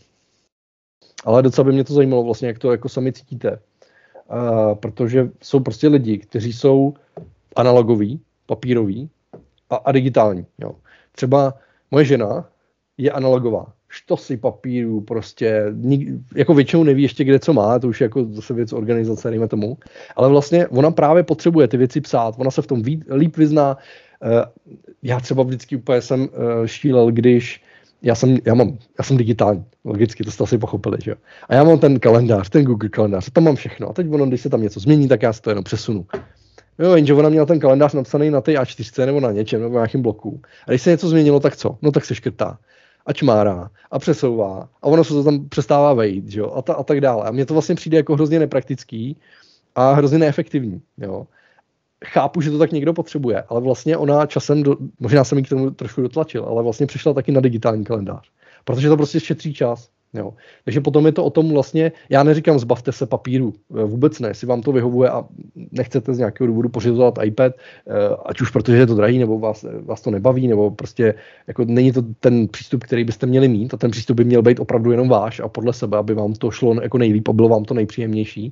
Ale docela by mě to zajímalo vlastně, jak to jako sami cítíte. Uh, protože jsou prostě lidi, kteří jsou analogoví, papíroví a, a digitální. Jo. Třeba moje žena je analogová. Štosy papíru, prostě nik, jako většinou neví ještě, kde co má, to už je jako zase věc organizace, dejme tomu. Ale vlastně ona právě potřebuje ty věci psát, ona se v tom ví, líp vyzná. Uh, já třeba vždycky úplně jsem uh, šílel, když já jsem, já mám, já jsem digitální, logicky, to jste asi pochopili, že jo. A já mám ten kalendář, ten Google kalendář, tam mám všechno. A teď ono, když se tam něco změní, tak já si to jenom přesunu. Jo, jenže ona měla ten kalendář napsaný na té á čtyři nebo na něčem, nebo na nějakém bloku. A když se něco změnilo, tak co? No tak se škrtá. a čmárá a přesouvá a ono se to tam přestává vejít, jo, a, ta, a tak dále. A mně to vlastně přijde jako hrozně nepraktický a hrozně neefektivní, jo. Chápu, že to tak někdo potřebuje, ale vlastně ona časem, do, možná jsem ji k tomu trošku dotlačil, ale vlastně přišla taky na digitální kalendář, protože to prostě šetří čas. Jo. Takže potom je to o tom vlastně, já neříkám zbavte se papíru, vůbec ne, jestli vám to vyhovuje a nechcete z nějakého důvodu pořizovat iPad, ať už protože je to drahý, nebo vás, vás to nebaví, nebo prostě jako není to ten přístup, který byste měli mít a ten přístup by měl být opravdu jenom váš a podle sebe, aby vám to šlo jako nejlíp a bylo vám to nejpříjemnější,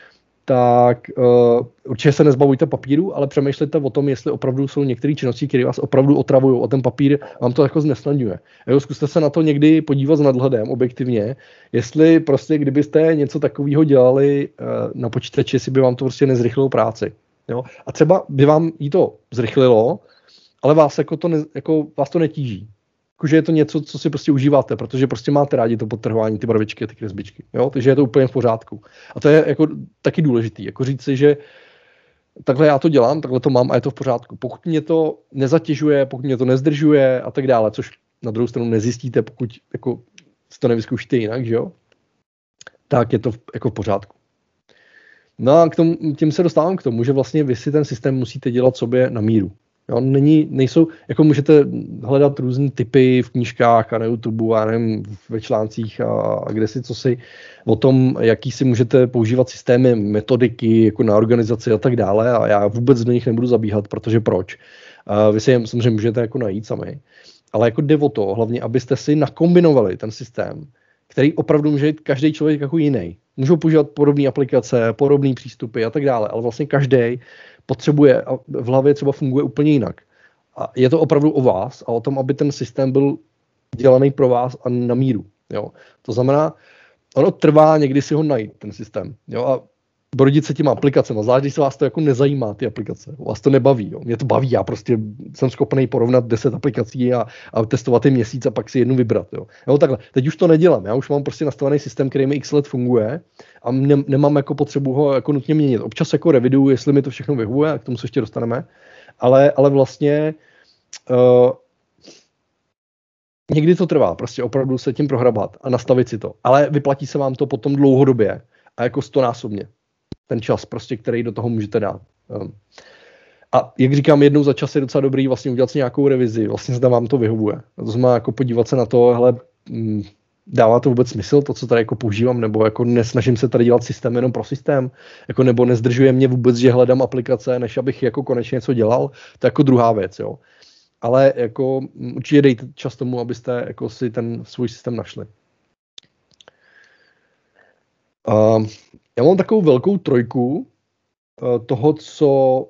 tak uh, určitě se nezbavujte papíru, ale přemýšlejte o tom, jestli opravdu jsou některé činnosti, které vás opravdu otravují a ten papír vám to jako znesnadňuje. Jo, zkuste se na to někdy podívat s nadhledem, objektivně, jestli prostě, kdybyste něco takového dělali uh, na počítači, jestli by vám to prostě nezrychlilo práci. Jo? A třeba by vám jí to zrychlilo, ale vás, jako to, ne, jako, vás to netíží. Jakože je to něco, co si prostě užíváte, protože prostě máte rádi to podtrhování, ty barvičky a ty kresbičky. Jo? Takže je to úplně v pořádku. A to je jako taky důležitý. Jako říct si, že takhle já to dělám, takhle to mám a je to v pořádku. Pokud mě to nezatěžuje, pokud mě to nezdržuje a tak dále, což na druhou stranu nezjistíte, pokud jako si to nevyzkoušíte jinak, že jo? Tak je to v, jako v pořádku. No a k tomu, tím se dostávám k tomu, že vlastně vy si ten systém musíte dělat sobě na míru. Jo, není, nejsou, jako můžete hledat různé typy v knížkách a na YouTube a nevím, ve článcích a, a kde si co si o tom, jaký si můžete používat systémy, metodiky jako na organizaci a tak dále a já vůbec do nich nebudu zabíhat, protože proč. A vy si je samozřejmě můžete jako najít sami, ale jako jde o to, hlavně abyste si nakombinovali ten systém, který opravdu může být každý člověk jako jiný. Můžou používat podobné aplikace, podobné přístupy a tak dále, ale vlastně každý potřebuje a v hlavě třeba funguje úplně jinak. A je to opravdu o vás a o tom, aby ten systém byl dělaný pro vás a na míru. Jo. To znamená, ono trvá někdy si ho najít, ten systém. Jo. A brodit se těma aplikacemi, zvlášť když se vás to jako nezajímá, ty aplikace. Vás to nebaví. Jo. Mě to baví, já prostě jsem schopný porovnat deset aplikací a, a testovat je měsíc a pak si jednu vybrat. Jo. Jo, takhle. Teď už to nedělám, já už mám prostě nastavený systém, který mi x let funguje a ne, nemám jako potřebu ho jako nutně měnit. Občas jako reviduju, jestli mi to všechno vyhovuje, a k tomu se ještě dostaneme, ale, ale vlastně uh, někdy to trvá, prostě opravdu se tím prohrabat a nastavit si to. Ale vyplatí se vám to potom dlouhodobě a jako stonásobně. Ten čas, prostě, který do toho můžete dát. Um. A jak říkám, jednou za čas je docela dobrý vlastně udělat si nějakou revizi, vlastně zda vám to vyhovuje. To znamená jako podívat se na to, hele, m, dává to vůbec smysl, to, co tady jako používám, nebo jako nesnažím se tady dělat systém jenom pro systém, jako nebo nezdržuje mě vůbec, že hledám aplikace, než abych jako konečně něco dělal, to je jako druhá věc, jo. Ale jako určitě dejte čas tomu, abyste jako si ten svůj systém našli. Uh, já mám takovou velkou trojku uh, toho, co...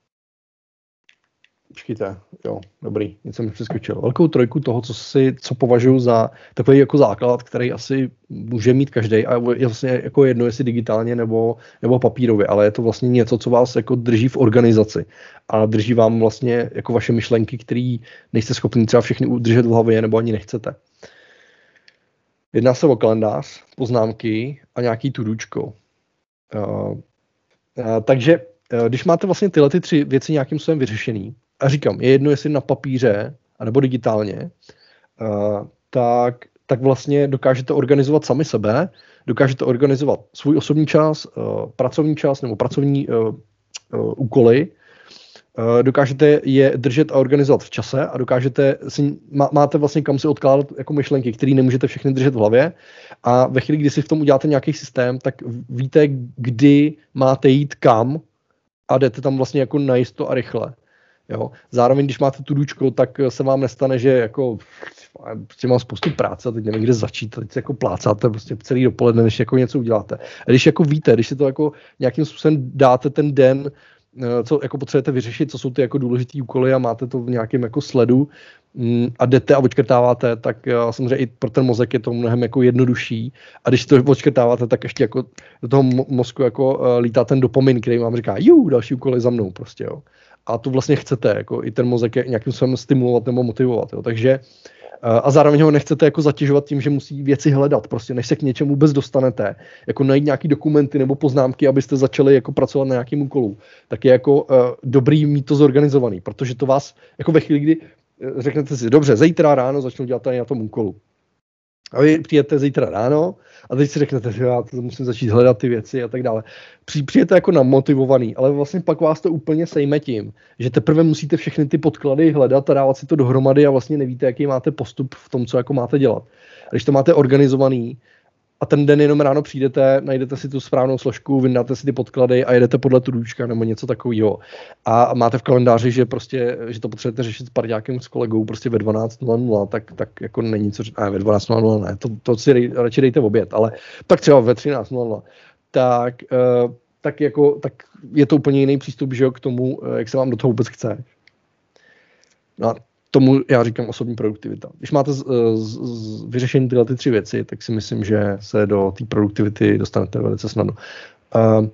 Počkejte, jo, dobrý, něco mi přeskočilo. Velkou trojku toho, co si, co považuji za takový jako základ, který asi může mít každý a je vlastně jako jedno, jestli digitálně nebo, nebo papírově, ale je to vlastně něco, co vás jako drží v organizaci a drží vám vlastně jako vaše myšlenky, které nejste schopni třeba všechny udržet v hlavě nebo ani nechcete. Jedná se o kalendář, poznámky a nějaký tudučko. Uh, uh, takže uh, když máte vlastně tyhle ty tři věci nějakým způsobem vyřešený, a říkám, je jedno, jestli na papíře, anebo digitálně, uh, tak, tak vlastně dokážete organizovat sami sebe, dokážete organizovat svůj osobní čas, uh, pracovní čas nebo pracovní uh, uh, úkoly, uh, dokážete je držet a organizovat v čase a dokážete si, má, máte vlastně kam si odkládat jako myšlenky, které nemůžete všechny držet v hlavě a ve chvíli, kdy si v tom uděláte nějaký systém, tak víte, kdy máte jít kam a jdete tam vlastně jako najisto a rychle. Jo. Zároveň, když máte tudučko, tak se vám nestane, že jako prostě mám spoustu práce a teď nevím, kde začít, teď se jako plácáte prostě celý dopoledne, než jako něco uděláte. A když jako víte, když si to jako nějakým způsobem dáte ten den, co jako potřebujete vyřešit, co jsou ty jako důležitý úkoly a máte to v nějakém jako sledu a jdete a odškrtáváte, tak samozřejmě i pro ten mozek je to mnohem jako jednodušší. A když to odškrtáváte, tak ještě jako do toho mozku jako lítá ten dopamin, který vám říká, jú, další úkoly za mnou prostě, jo. A to vlastně chcete, jako i ten mozek je nějakým způsobem stimulovat nebo motivovat, jo. Takže a zároveň ho nechcete jako zatěžovat tím, že musí věci hledat, prostě než se k něčemu vůbec dostanete, jako najít nějaký dokumenty nebo poznámky, abyste začali jako pracovat na nějakým úkolu, tak je jako uh, dobrý mít to zorganizovaný, protože to vás jako ve chvíli, kdy řeknete si, dobře, zítra ráno začnu dělat tady na tom úkolu. A vy přijete zítra ráno a teď si řeknete, že já to musím začít hledat ty věci a tak dále. Při, přijete jako namotivovaný, ale vlastně pak vás to úplně sejme tím, že teprve musíte všechny ty podklady hledat a dávat si to dohromady a vlastně nevíte, jaký máte postup v tom, co jako máte dělat. A když to máte organizovaný a ten den jenom ráno přijdete, najdete si tu správnou složku, vyndáte si ty podklady a jedete podle tudůčka nebo něco takového. A máte v kalendáři, že prostě, že to potřebujete řešit s parťákem, s kolegou prostě ve dvanáct nula nula, tak, tak jako není co, ne, ve dvanáct nula nula ne, to, to si dej, radši dejte v oběd, ale tak třeba ve třináct nula nula, tak, uh, tak, jako, tak je to úplně jiný přístup, že jo, k tomu, jak se vám do toho vůbec chce. No a tomu já říkám osobní produktivita. Když máte z, z, z, vyřešení tyhle ty tři věci, tak si myslím, že se do té produktivity dostanete velice snadno. Uh,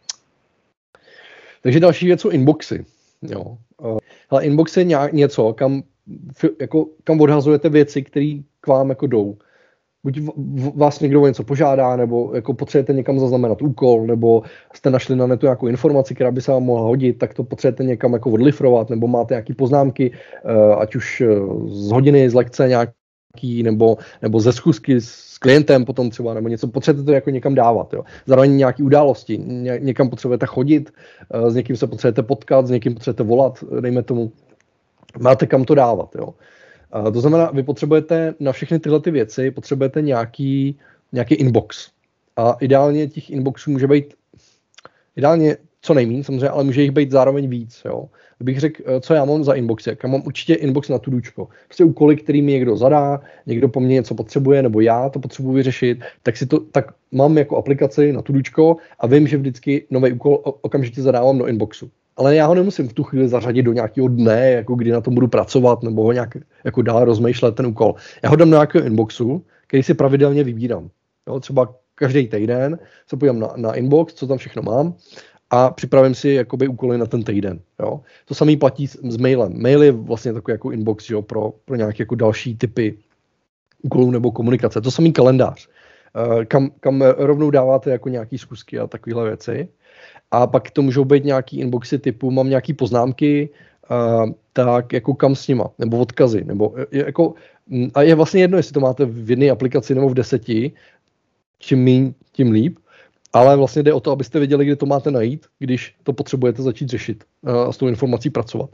takže další věc jsou inboxy. Jo. Uh, hele, inbox je nějak něco, kam, jako, kam odhazujete věci, které k vám jako jdou. Buď vás někdo o něco požádá, nebo jako potřebujete někam zaznamenat úkol, nebo jste našli na netu nějakou informaci, která by se vám mohla hodit, tak to potřebujete někam jako odlifrovat, nebo máte nějaké poznámky, ať už z hodiny, z lekce nějaký, nebo, nebo ze schůzky s klientem potom třeba, nebo něco, potřebujete to jako někam dávat. Jo. Zároveň nějaké události, ně, někam potřebujete chodit, s někým se potřebujete potkat, s někým potřebujete volat, dejme tomu, máte kam to dávat, jo. Uh, to znamená, vy potřebujete na všechny tyhle ty věci, potřebujete nějaký, nějaký inbox. A ideálně těch inboxů může být, ideálně co nejméně samozřejmě, ale může jich být zároveň víc. Jo. Kdybych řekl, co já mám za inboxy, jak mám určitě inbox na tudůčko. Prostě úkoly, který mi někdo zadá, někdo po mně něco potřebuje, nebo já to potřebuji vyřešit, tak si to tak mám jako aplikaci na tudůčko a vím, že vždycky nový úkol okamžitě zadávám do inboxu. Ale já ho nemusím v tu chvíli zařadit do nějakého dne, jako kdy na tom budu pracovat, nebo ho nějak jako dál rozmýšlet ten úkol. Já ho dám do nějakého inboxu, který si pravidelně vybírám. Jo, třeba každý týden se podívám na, na inbox, co tam všechno mám a připravím si jakoby úkoly na ten týden. Jo. To samé platí s, s mailem. Mail je vlastně takový jako inbox, jo, pro, pro nějaké jako další typy úkolů nebo komunikace. To samý kalendář, kam, kam rovnou dáváte jako nějaký schůzky a takovéhle věci. A pak to můžou být nějaký inboxy typu, mám nějaký poznámky, uh, tak jako kam s nima, nebo odkazy, nebo jako, a je vlastně jedno, jestli to máte v jedné aplikaci nebo v deseti, čím míň, tím líp, ale vlastně jde o to, abyste věděli, kde to máte najít, když to potřebujete začít řešit uh, a s tou informací pracovat.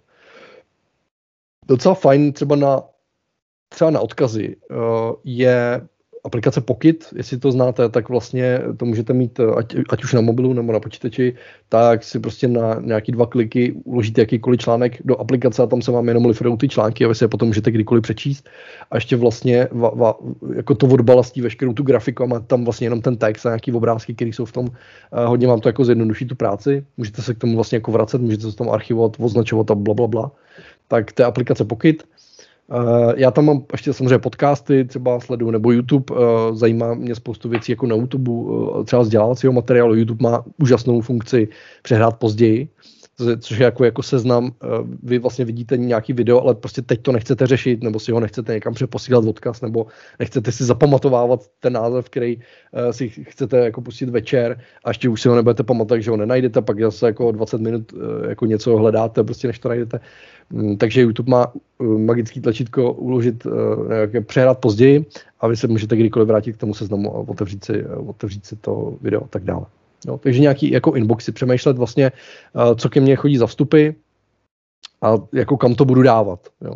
Docela fajn třeba na, třeba na odkazy uh, je aplikace Pocket, jestli to znáte, tak vlastně to můžete mít ať, ať už na mobilu nebo na počítači, tak si prostě na nějaký dva kliky uložíte jakýkoliv článek do aplikace a tam se vám jenom lifrujou ty články a vy si je potom můžete kdykoliv přečíst a ještě vlastně va, va, jako to odbalastí veškerou tu grafiku a má tam vlastně jenom ten text a nějaký obrázky, které jsou v tom, uh, hodně vám to jako zjednoduší tu práci, můžete se k tomu vlastně jako vracet, můžete se tam archivovat, označovat a blablabla. Bla, bla. Tak to je aplikace Pocket. Uh, já tam mám ještě samozřejmě podcasty, třeba sleduju, nebo YouTube, uh, zajímá mě spoustu věcí jako na YouTube, uh, třeba vzdělávacího materiálu. YouTube má úžasnou funkci přehrát později, což je jako, jako seznam, uh, vy vlastně vidíte nějaký video, ale prostě teď to nechcete řešit, nebo si ho nechcete někam přeposílat odkaz, nebo nechcete si zapamatovávat ten název, který uh, si chcete jako pustit večer a ještě už si ho nebudete pamatovat, že ho nenajdete, pak zase jako dvacet minut uh, jako něco hledáte, prostě než to najdete. Um, takže YouTube má uh, magický tlačítko uložit, uh, nějaké přehrát později a vy se můžete kdykoliv vrátit k tomu seznamu a otevřít si, uh, otevřít si to video a tak dále. Jo, takže nějaký jako inboxy, přemýšlet vlastně, uh, co ke mně chodí za vstupy a jako kam to budu dávat. Jo.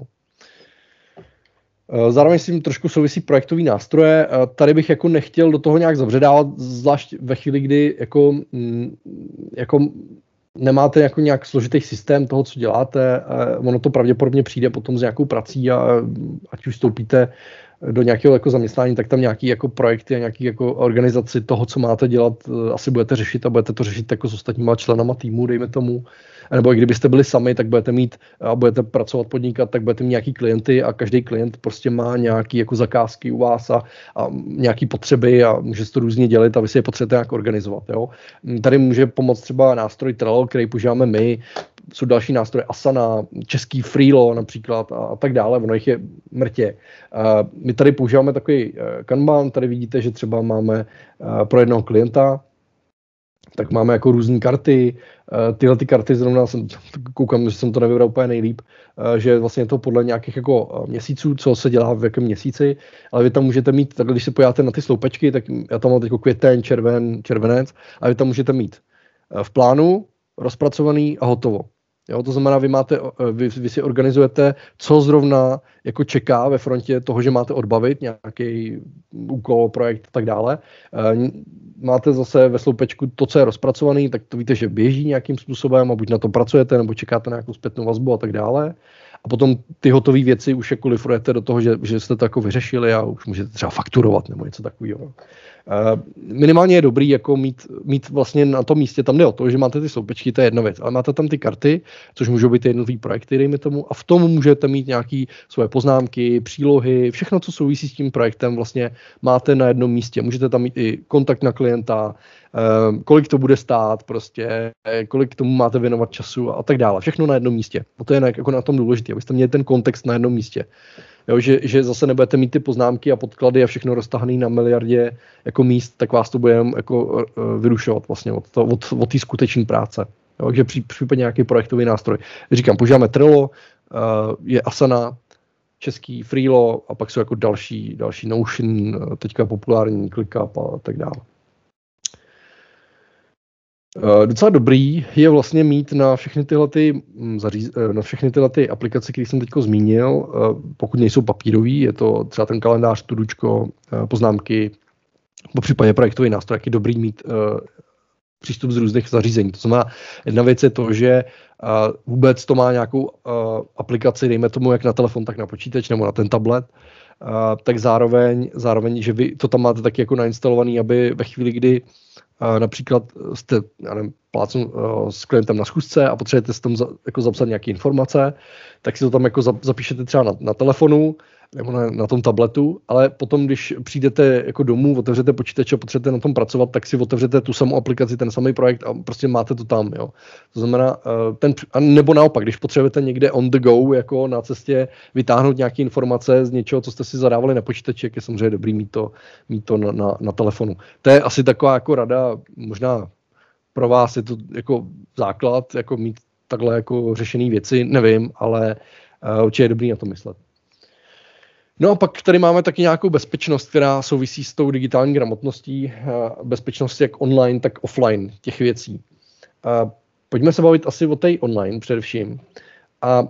Uh, zároveň s tím trošku souvisí projektový nástroje. Uh, tady bych jako nechtěl do toho nějak zavředávat, zvlášť ve chvíli, kdy jako, mm, jako nemáte jako nějak složitý systém toho, co děláte. Uh, ono to pravděpodobně přijde potom s nějakou prací a uh, ať už vstoupíte do nějakého jako zaměstnání, tak tam nějaký jako projekty a nějaký jako organizaci toho, co máte dělat, asi budete řešit a budete to řešit jako s ostatníma členama týmu, dejme tomu. Nebo i kdybyste byli sami, tak budete mít a budete pracovat, podnikat, tak budete mít nějaký klienty a každý klient prostě má nějaký jako zakázky u vás a, a nějaký potřeby a může se to různě dělit a vy si je potřebujete nějak organizovat. Jo? Tady může pomoct třeba nástroj Trello, který používáme my, jsou další nástroje Asana, český Freelo například a, a tak dále, ono jich je mrtě. Uh, my tady používáme takový uh, Kanban, tady vidíte, že třeba máme uh, pro jednoho klienta tak máme jako různé karty. Tyhle ty karty zrovna jsem koukám, že jsem to nevybral úplně nejlíp, že vlastně je to podle nějakých jako měsíců, co se dělá v jakém měsíci, ale vy tam můžete mít, tak když se podíváte na ty sloupečky, tak já tam mám teď květen, červen, červenec, a vy tam můžete mít v plánu, rozpracovaný a hotovo. Jo, to znamená, vy, máte, vy, vy si organizujete, co zrovna jako čeká ve frontě toho, že máte odbavit nějaký úkol, projekt a tak dále. Máte zase ve sloupečku to, co je rozpracovaný, tak to víte, že běží nějakým způsobem a buď na to pracujete, nebo čekáte na nějakou zpětnou vazbu a tak dále. A potom ty hotové věci už jako lifrujete do toho, že, že jste to jako vyřešili a už můžete třeba fakturovat nebo něco takového. Uh, minimálně je dobrý jako mít, mít vlastně na tom místě, tam jde o to, že máte ty sloupečky, to je jedna věc, ale máte tam ty karty, což můžou být jednotlivé projekty, dejme tomu, a v tom můžete mít nějaké svoje poznámky, přílohy, všechno, co souvisí s tím projektem, vlastně máte na jednom místě. Můžete tam mít i kontakt na klienta, uh, kolik to bude stát, prostě, kolik tomu máte věnovat času a tak dále. Všechno na jednom místě. A to je na, jako na tom důležité, abyste měli ten kontext na jednom místě. Jo, že, že zase nebudete mít ty poznámky a podklady a všechno roztahané na miliardě jako míst, tak vás to bude jako uh, vyrušovat vlastně od, to, od, od té skutečné práce. Jo, takže při, případně nějaký projektový nástroj. Říkám, používáme Trello, uh, je Asana, český Freelo a pak jsou jako další, další Notion, teďka populární ClickUp a tak dále. Uh, docela dobrý je vlastně mít na všechny tyhle, ty, zaříz, na všechny tyhle ty aplikace, které jsem teď zmínil, uh, pokud nejsou papírový, je to třeba ten kalendář, tudučko, uh, poznámky, po případě projektový nástroj, jak je dobrý mít uh, přístup z různých zařízení. To znamená, jedna věc je to, že uh, vůbec to má nějakou uh, aplikaci, dejme tomu jak na telefon, tak na počítač nebo na ten tablet, uh, tak zároveň, zároveň, že vy to tam máte taky jako nainstalovaný, aby ve chvíli, kdy Uh, například jste, já nevím, plácnu uh, s klientem na schůzce a potřebujete si tam za, jako zapsat nějaké informace, tak si to tam jako zapíšete třeba na, na telefonu nebo na, na tom tabletu, ale potom, když přijdete jako domů, otevřete počítač a potřebujete na tom pracovat, tak si otevřete tu samou aplikaci, ten samý projekt a prostě máte to tam. Jo. To znamená, uh, ten, nebo naopak, když potřebujete někde on the go, jako na cestě vytáhnout nějaké informace z něčeho, co jste si zadávali na počítači, jak je samozřejmě dobrý mít to, mít to na, na, na telefonu. To je asi taková jako rada, možná pro vás je to jako základ, jako mít takhle jako řešené věci, nevím, ale uh, určitě je dobrý na to myslet. No a pak tady máme taky nějakou bezpečnost, která souvisí s tou digitální gramotností, bezpečnost jak online, tak offline těch věcí. Pojďme se bavit asi o té online především. A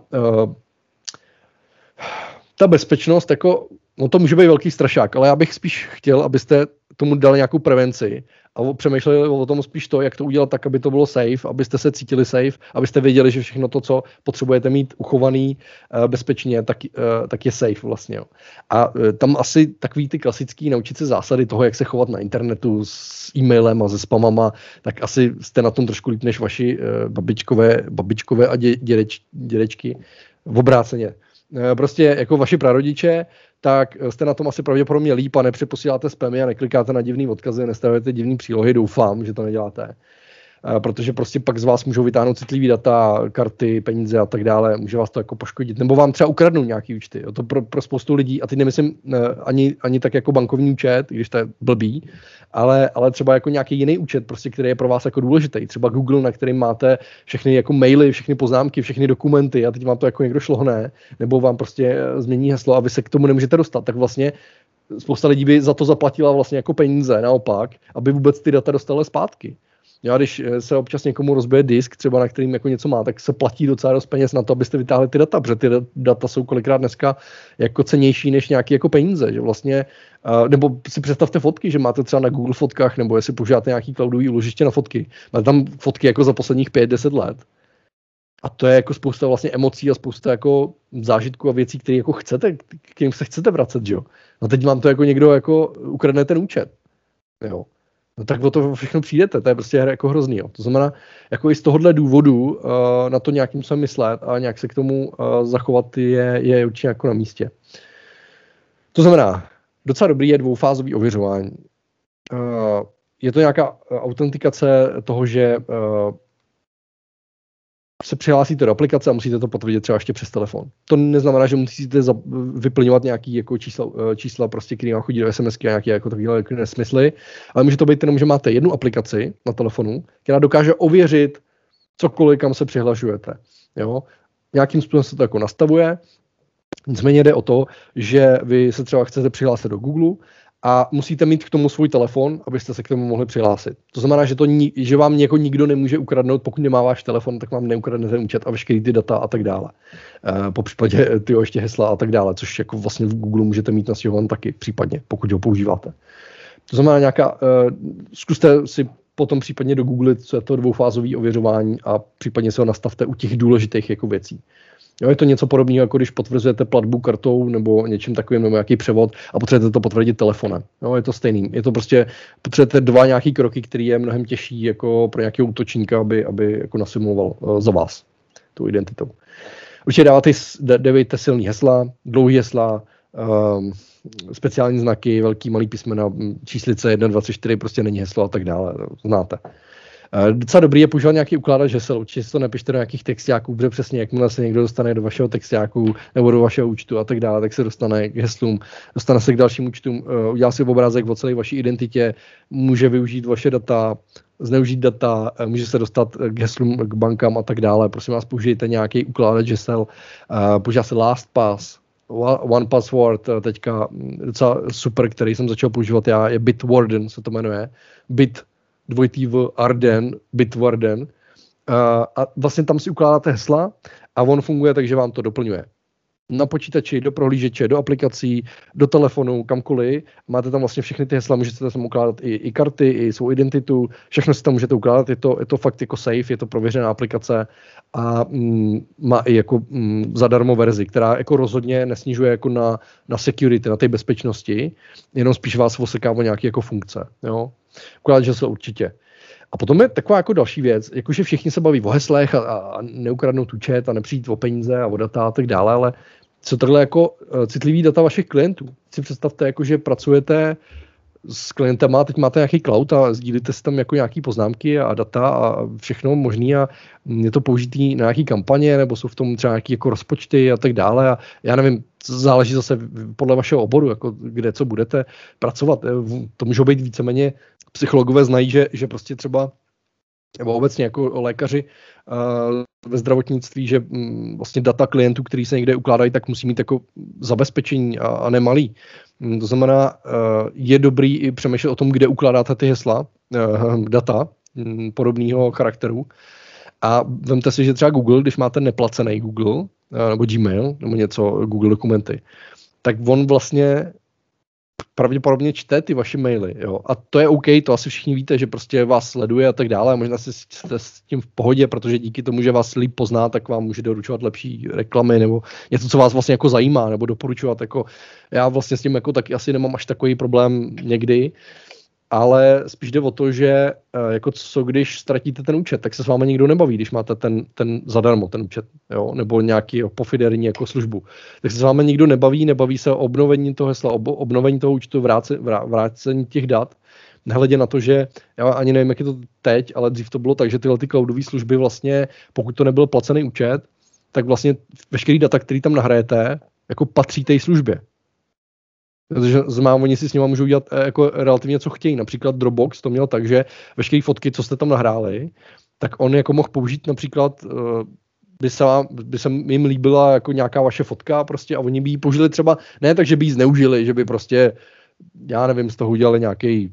ta bezpečnost, jako, no to může být velký strašák, ale já bych spíš chtěl, abyste tomu dali nějakou prevenci a přemýšleli o tom spíš to, jak to udělat tak, aby to bylo safe, abyste se cítili safe, abyste věděli, že všechno to, co potřebujete mít uchovaný bezpečně, tak, tak je safe vlastně. A tam asi takový ty klasický naučit se zásady toho, jak se chovat na internetu s e-mailem a se spamama, tak asi jste na tom trošku líp než vaši babičkové, babičkové a dě, dědeč, dědečky v obráceně. Prostě jako vaši prarodiče, tak jste na tom asi pravděpodobně líp a nepřeposíláte spamy a neklikáte na divný odkazy, nestavujete divný přílohy, doufám, že to neděláte. Protože prostě pak z vás můžou vytáhnout citlivý data, karty, peníze a tak dále, může vás to jako poškodit, nebo vám třeba ukradnou nějaký účty. Jo. To pro, pro spoustu lidí, a teď nemyslím ne, ani, ani tak jako bankovní účet, když to je blbý, ale, ale třeba jako nějaký jiný účet, prostě, který je pro vás jako důležitý. Třeba Google, na kterým máte všechny jako maily, všechny poznámky, všechny dokumenty a teď vám to jako někdo šlohne, nebo vám prostě změní heslo a vy se k tomu nemůžete dostat, tak vlastně spousta lidí by za to zaplatila vlastně jako peníze, naopak, aby vůbec ty data dostaly zpátky. Já když se občas někomu rozbije disk, třeba na kterým jako něco má, tak se platí docela dost peněz na to, abyste vytáhli ty data, protože ty data jsou kolikrát dneska jako cenější než nějaké jako peníze, že vlastně, nebo si představte fotky, že máte třeba na Google fotkách, nebo jestli používáte nějaký cloudový úložiště na fotky, máte tam fotky jako za posledních pět deset let. A to je jako spousta vlastně emocí a spousta jako zážitků a věcí, které jako chcete, k kterým se chcete vracet, že jo. A teď vám to jako někdo jako ukradne ten účet, jo. No tak o to všechno přijdete, to je prostě jako hrozný. Jo. To znamená, jako i z tohohle důvodu uh, na to nějakým způsobem myslet a nějak se k tomu uh, zachovat je, je určitě jako na místě. To znamená, docela dobrý je dvoufázový ověřování. Uh, je to nějaká autentikace toho, že uh, se přihlásíte do aplikace a musíte to potvrdit třeba ještě přes telefon. To neznamená, že musíte za, vyplňovat nějaký jako čísla, čísla prostě, který vám chodí do SMSky a nějaké jako takovéhle jako nesmysly, ale může to být jenom, že máte jednu aplikaci na telefonu, která dokáže ověřit cokoliv, kam se přihlašujete. Jo? Nějakým způsobem se to jako nastavuje. Nicméně jde o to, že vy se třeba chcete přihlásit do Google a musíte mít k tomu svůj telefon, abyste se k tomu mohli přihlásit. To znamená, že, to, že vám jako nikdo nemůže ukradnout, pokud nemá váš telefon, tak vám neukradne ten účet a veškerý ty data a tak dále. E, po případě tyho ještě hesla a tak dále, což jako vlastně v Google můžete mít nastěhovan taky případně, pokud ho používáte. To znamená nějaká, e, zkuste si potom případně do Google, co je to dvoufázové ověřování a případně se ho nastavte u těch důležitých jako věcí. Jo, je to něco podobného, jako když potvrzujete platbu kartou nebo něčím takovým, nebo nějaký převod a potřebujete to potvrdit telefonem. Jo, je to stejný. Je to prostě, potřebujete dva nějaký kroky, který je mnohem těžší jako pro nějakého útočníka, aby, aby jako nasimuloval uh, za vás tu identitu. Určitě dáváte, dávejte silný hesla, dlouhý hesla, um, speciální znaky, velký, malý písmena, číslice jedna, dva, tři, čtyři, prostě není heslo a tak dále. Znáte. Docela dobrý je používat nějaký ukládač hesel, určitě si to nepište do nějakých textáků, protože přesně jakmile se někdo dostane do vašeho textáku nebo do vašeho účtu a tak dále, tak se dostane k heslům, dostane se k dalším účtům, udělá si obrázek o celé vaší identitě, může využít vaše data, zneužít data, může se dostat k heslům, k bankám a tak dále. Prosím vás, použijte nějaký ukládač hesel, používá se LastPass, One Password, teďka docela super, který jsem začal používat já, je Bitwarden, se to jmenuje, Bit dvojitý v Arden, Bitwarden. Uh, a vlastně tam si ukládáte hesla a on funguje tak, že vám to doplňuje. Na počítači, do prohlížeče, do aplikací, do telefonu, kamkoliv. Máte tam vlastně všechny ty hesla, můžete tam ukládat i, i karty, i svou identitu, všechno si tam můžete ukládat, je to, je to fakt jako safe, je to prověřená aplikace a mm, má i jako mm, zadarmo verzi, která jako rozhodně nesnižuje jako na, na security, na té bezpečnosti, jenom spíš vás oseká o nějaké jako funkce. Jo? Ukládat, že se určitě. A potom je taková jako další věc, jakože všichni se baví o heslech a, a neukradnou účet a nepřijít o peníze a o data a tak dále, ale co tohle jako uh, citlivý data vašich klientů. Si představte, jako, že pracujete s klientama, teď máte nějaký cloud a sdílíte si tam jako nějaký poznámky a data a všechno možný a je to použitý na nějaký kampaně nebo jsou v tom třeba nějaký jako rozpočty a tak dále a já nevím, záleží zase podle vašeho oboru, jako kde co budete pracovat. To můžou být víceméně, psychologové znají, že, že prostě třeba nebo obecně jako lékaři uh, ve zdravotnictví, že um, vlastně data klientů, který se někde ukládají, tak musí mít jako zabezpečení a, a nemalý. Um, to znamená, uh, je dobrý i přemýšlet o tom, kde ukládáte ty hesla, uh, data um, podobného charakteru. A vemte si, že třeba Google, když máte neplacený Google, uh, nebo Gmail, nebo něco, Google dokumenty, tak on vlastně pravděpodobně čte ty vaše maily, jo. A to je OK, to asi všichni víte, že prostě vás sleduje a tak dále a možná jste s tím v pohodě, protože díky tomu, že vás líp pozná, tak vám může doručovat lepší reklamy nebo něco, co vás vlastně jako zajímá, nebo doporučovat, jako já vlastně s tím jako taky asi nemám až takový problém někdy, ale spíš jde o to, že jako co když ztratíte ten účet, tak se s vámi nikdo nebaví, když máte ten, ten zadarmo, ten účet, jo, nebo nějaký pofiderní jako službu. Tak se s vámi nikdo nebaví, nebaví se o obnovení toho hesla, o obnovení toho účtu, vráce, vrá, vrácení těch dat, nehledě na to, že já ani nevím, jak je to teď, ale dřív to bylo tak, že tyhle ty cloudové služby vlastně, pokud to nebyl placený účet, tak vlastně veškerý data, který tam nahrajete, jako patří té službě. Protože znám, oni si s nimi můžou dělat jako relativně co chtějí. Například Dropbox to měl tak, že veškeré fotky, co jste tam nahráli, tak on jako mohl použít například, by se, vám, by se jim líbila jako nějaká vaše fotka prostě a oni by ji použili třeba, ne tak, že by ji zneužili, že by prostě, já nevím, z toho udělali nějaký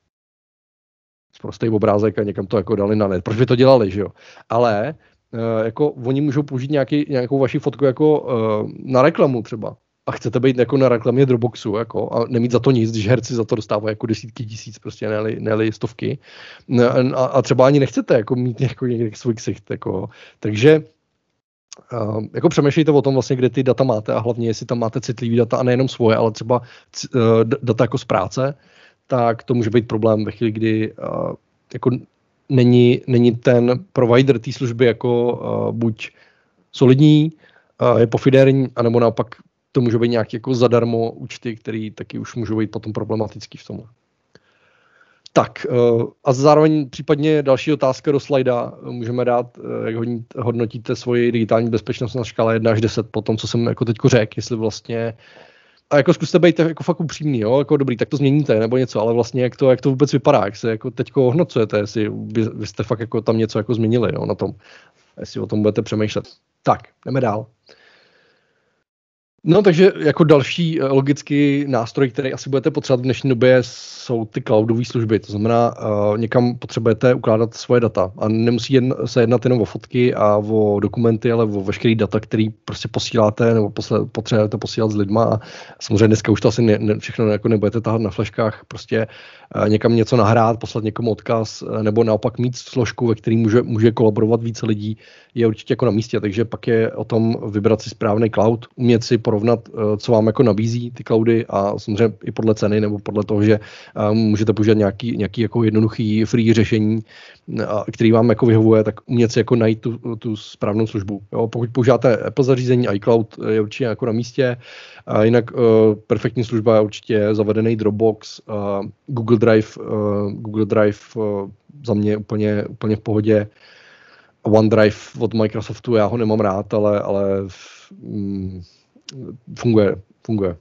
prostý obrázek a někam to jako dali na net. Proč by to dělali, že jo? Ale jako oni můžou použít nějaký, nějakou vaši fotku jako na reklamu třeba. A chcete být jako na reklamě Dropboxu jako, a nemít za to nic, když herci za to dostávají jako desítky tisíc, prostě ne-li, ne-li stovky. A, a třeba ani nechcete jako mít jako někde svůj ksicht. Jako. Takže uh, jako přemýšlejte o tom vlastně, kde ty data máte a hlavně, jestli tam máte citlivý data a nejenom svoje, ale třeba uh, data jako z práce, tak to může být problém ve chvíli, kdy uh, jako není, není ten provider té služby jako uh, buď solidní, uh, je pofidérní, anebo naopak to může být nějaké jako zadarmo účty, které taky už můžou být potom problematický v tomhle. Tak a zároveň případně další otázka do slajda. Můžeme dát, jak hodnotíte svoji digitální bezpečnost na škále jedna až deset po tom, co jsem jako teďko řekl, jestli vlastně a jako zkuste být jako fakt upřímný, jo, jako dobrý, tak to změníte nebo něco, ale vlastně jak to, jak to vůbec vypadá, jak se jako teďko ohodnocujete, jestli vy, vy jste fakt jako tam něco jako změnili, jo, na tom, jestli o tom budete přemýšlet. Tak, jdeme dál. No takže jako další logický nástroj, který asi budete potřebovat v dnešní době, jsou ty cloudové služby. To znamená, uh, někam potřebujete ukládat svoje data. A nemusí jedn, se jednat jenom o fotky a o dokumenty, ale o veškerý data, který prostě posíláte nebo posle, potřebujete posílat s lidma. A samozřejmě dneska už to asi ne, ne, všechno jako nebudete tahat na fleškách. Prostě uh, někam něco nahrát, poslat někomu odkaz, uh, nebo naopak mít složku, ve který může, může kolaborovat více lidí, je určitě jako na místě. Takže pak je o tom vybrat si správný cloud, umět si porovnat, co vám jako nabízí ty cloudy a samozřejmě i podle ceny nebo podle toho, že můžete použít nějaký, nějaký jako jednoduchý free řešení, který vám jako vyhovuje, tak umět si jako najít tu, tu správnou službu. Jo, pokud používáte Apple zařízení, iCloud je určitě jako na místě, a jinak uh, perfektní služba je určitě zavedený Dropbox, uh, Google Drive, uh, Google Drive uh, za mě úplně, úplně v pohodě. OneDrive od Microsoftu, já ho nemám rád, ale, ale mm, funguje, funguje.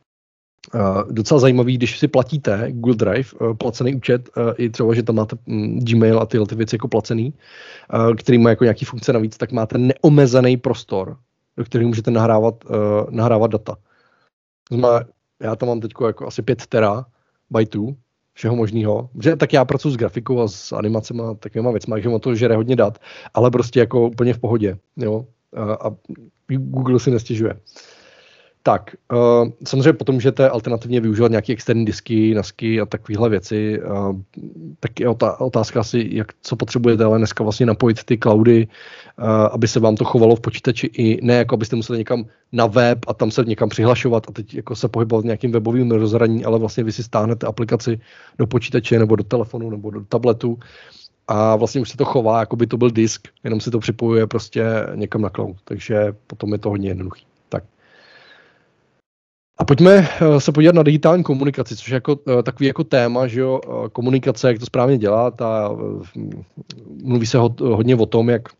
Uh, docela zajímavý, když si platíte Google Drive, uh, placený účet, uh, i třeba, že tam máte um, Gmail a tyhle ty věci jako placený, uh, který má jako nějaký funkce navíc, tak máte neomezený prostor, do kterého můžete nahrávat, uh, nahrávat data. To znamená, já tam mám teď jako asi pět terabajtů všeho možného. Tak já pracuji s grafikou a s animacemi a takovýma věcma, takže o to žere hodně dat, ale prostě jako úplně v pohodě. Jo? A, a Google si nestěžuje. Tak, uh, samozřejmě potom můžete alternativně využívat nějaké externí disky, nasky a takovéhle věci. Uh, tak je otázka asi, jak, co potřebujete, ale dneska vlastně napojit ty cloudy, uh, aby se vám to chovalo v počítači i ne, jako abyste museli někam na web a tam se někam přihlašovat a teď jako se pohybovat v nějakým webovým rozhraní, ale vlastně vy si stáhnete aplikaci do počítače nebo do telefonu nebo do tabletu a vlastně už se to chová, jako by to byl disk, jenom si to připojuje prostě někam na cloud, takže potom je to hodně jednoduchý. Tak. A pojďme se podívat na digitální komunikaci, což je jako, takový jako téma, že jo, komunikace, jak to správně dělat a mluví se hodně o tom, jak,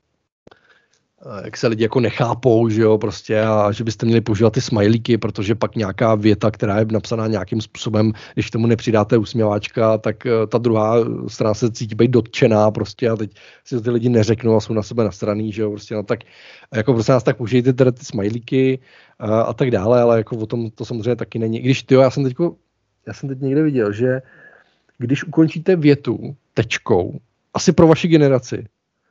jak se lidi jako nechápou, že jo, prostě a že byste měli používat ty smajlíky, protože pak nějaká věta, která je napsaná nějakým způsobem, když k tomu nepřidáte usměváčka, tak ta druhá strana se cítí být dotčená prostě a teď si to ty lidi neřeknou a jsou na sebe nasraný, že jo, prostě no tak jako prostě nás tak použijte teda ty smajlíky a, a tak dále, ale jako o tom to samozřejmě taky není. Když tyjo, já jsem teďko, já jsem teď někde viděl, že když ukončíte větu tečkou, asi pro vaši generaci,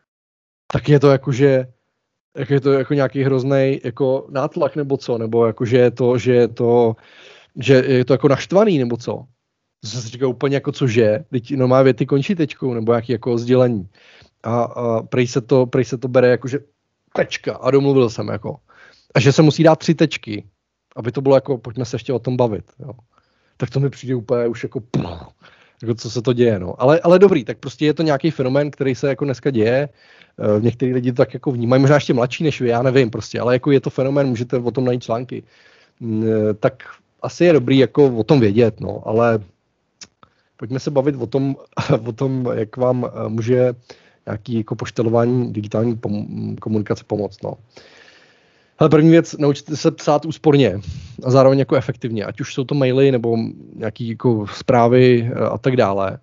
tak je to jako, že jak je to jako nějaký hrozný jako nátlak nebo co, nebo jako, že je to, že je to, že je to jako naštvaný nebo co. To jsem si říkal úplně jako cože, teď normálně věty končí tečkou nebo jaký jako sdělení. A, a prej, se to, prej se to bere jako, že tečka a domluvil jsem jako. A že se musí dát tři tečky, aby to bylo jako, pojďme se ještě o tom bavit. Jo. Tak to mi přijde úplně už jako, pff, jako co se to děje. No. Ale, ale dobrý, tak prostě je to nějaký fenomén, který se jako dneska děje. Některý lidi to tak jako vnímají, možná ještě mladší než vy, já nevím prostě, ale jako je to fenomén, můžete o tom najít články. Tak asi je dobrý jako o tom vědět, no, ale pojďme se bavit o tom, o tom, jak vám může nějaký jako poštelování digitální pom- komunikace pomoct, no. Ale první věc, naučte se psát úsporně a zároveň jako efektivně, ať už jsou to maily nebo nějaký jako zprávy a tak dále.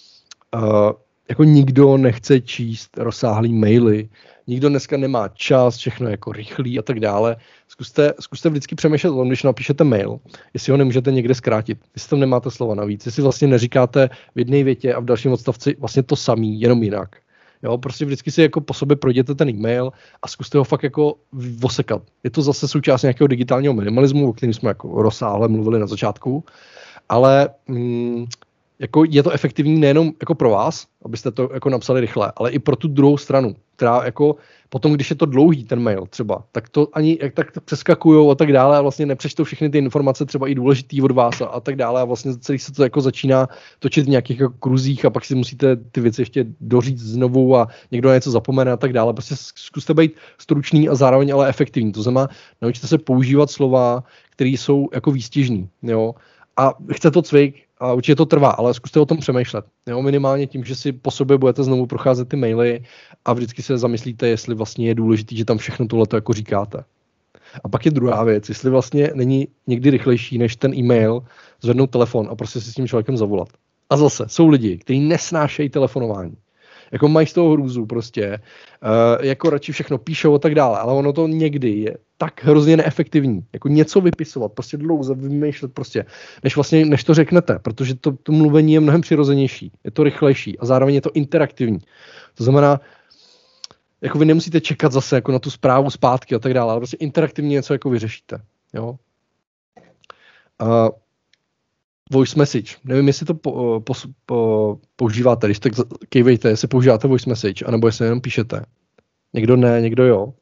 Uh, jako nikdo nechce číst rozsáhlý maily, nikdo dneska nemá čas, všechno jako rychlý a tak dále. Zkuste, zkuste vždycky přemýšlet o tom, když napíšete mail, jestli ho nemůžete někde zkrátit, jestli tam nemáte slova navíc, jestli vlastně neříkáte v jedné větě a v dalším odstavci vlastně to samý, jenom jinak. Jo, prostě vždycky si jako po sobě projděte ten e-mail a zkuste ho fakt jako osekat. Je to zase součást nějakého digitálního minimalismu, o kterém jsme jako rozsáhle mluvili na začátku, ale mm, jako je to efektivní nejenom jako pro vás, abyste to jako napsali rychle, ale i pro tu druhou stranu, která jako potom, když je to dlouhý ten mail třeba, tak to ani jak tak přeskakujou a tak dále a vlastně nepřečtou všechny ty informace třeba i důležitý od vás a, a tak dále a vlastně celý se to jako začíná točit v nějakých jako kruzích a pak si musíte ty věci ještě doříct znovu a někdo na něco zapomene a tak dále. Prostě zkuste být stručný a zároveň ale efektivní. To znamená, naučte se používat slova, které jsou jako výstižný, jo. A chce to cvik a určitě to trvá, ale zkuste o tom přemýšlet. Jo? Minimálně tím, že si po sobě budete znovu procházet ty maily a vždycky se zamyslíte, jestli vlastně je důležité, že tam všechno tohleto jako říkáte. A pak je druhá věc, jestli vlastně není někdy rychlejší, než ten e-mail zvednout telefon a prostě si s tím člověkem zavolat. A zase jsou lidi, kteří nesnášejí telefonování. Jako mají z toho hrůzu prostě, uh, jako radši všechno píšou a tak dále, ale ono to někdy je tak hrozně neefektivní. Jako něco vypisovat, prostě dlouze vymýšlet prostě, než vlastně, než to řeknete, protože to, to mluvení je mnohem přirozenější, je to rychlejší a zároveň je to interaktivní. To znamená, jako vy nemusíte čekat zase jako na tu zprávu zpátky a tak dále, ale prostě interaktivně něco jako vyřešíte. Jo? Uh, voice message. Nevím, jestli to po, po, po, používáte, když tak kejvejte, jestli používáte voice message, anebo jestli jenom píšete. Někdo ne, někdo jo.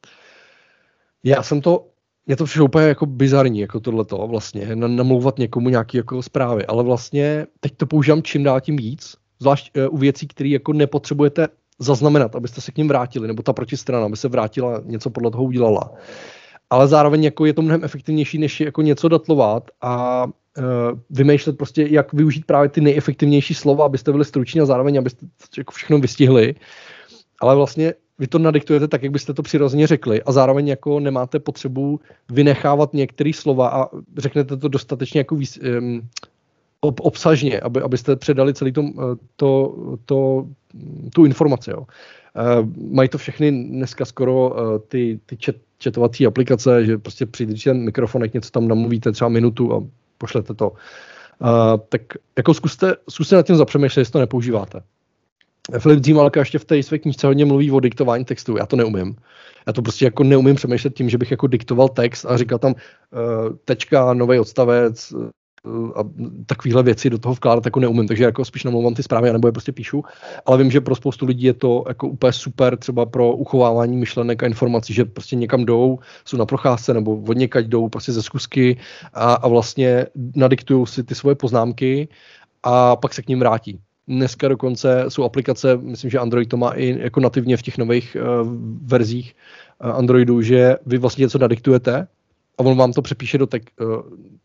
Já jsem to, mě to přišlo úplně jako bizarní, jako tohleto vlastně, namlouvat někomu nějaký jako zprávy, ale vlastně teď to používám čím dál tím víc, zvlášť uh, u věcí, které jako nepotřebujete zaznamenat, abyste se k ním vrátili, nebo ta protistrana, aby se vrátila, něco podle toho udělala. Ale zároveň jako je to mnohem efektivnější, než jako něco datlovat a uh, vymýšlet prostě, jak využít právě ty nejefektivnější slova, abyste byli struční a zároveň, abyste jako všechno vystihli. Ale vlastně vy to nadiktujete tak, jak byste to přirozeně řekli a zároveň jako nemáte potřebu vynechávat některé slova a řeknete to dostatečně jako výs, um, ob, obsažně, aby, abyste předali celý to, to, to, tu informaci. Jo. Uh, mají to všechny dneska skoro uh, ty, ty chat, chatovací aplikace, že prostě přidržíte ten mikrofonek, něco tam namluvíte třeba minutu a pošlete to. Uh, tak jako zkuste, zkuste nad tím zapřemýšlet, jestli to nepoužíváte. Filip Zímalka ještě v té své knížce hodně mluví o diktování textu. Já to neumím. Já to prostě jako neumím přemýšlet tím, že bych jako diktoval text a říkal tam uh, tečka, nový odstavec uh, a takovéhle věci do toho vkládat jako neumím. Takže jako spíš namlouvám ty zprávy, anebo je prostě píšu. Ale vím, že pro spoustu lidí je to jako úplně super třeba pro uchovávání myšlenek a informací, že prostě někam jdou, jsou na procházce nebo od někať jdou prostě ze zkusky a, a vlastně nadiktujou si ty svoje poznámky a pak se k ním vrátí. Dneska dokonce jsou aplikace, myslím, že Android to má i jako nativně v těch nových uh, verzích uh, Androidu, že vy vlastně něco nadiktujete a on vám to přepíše do tek- uh,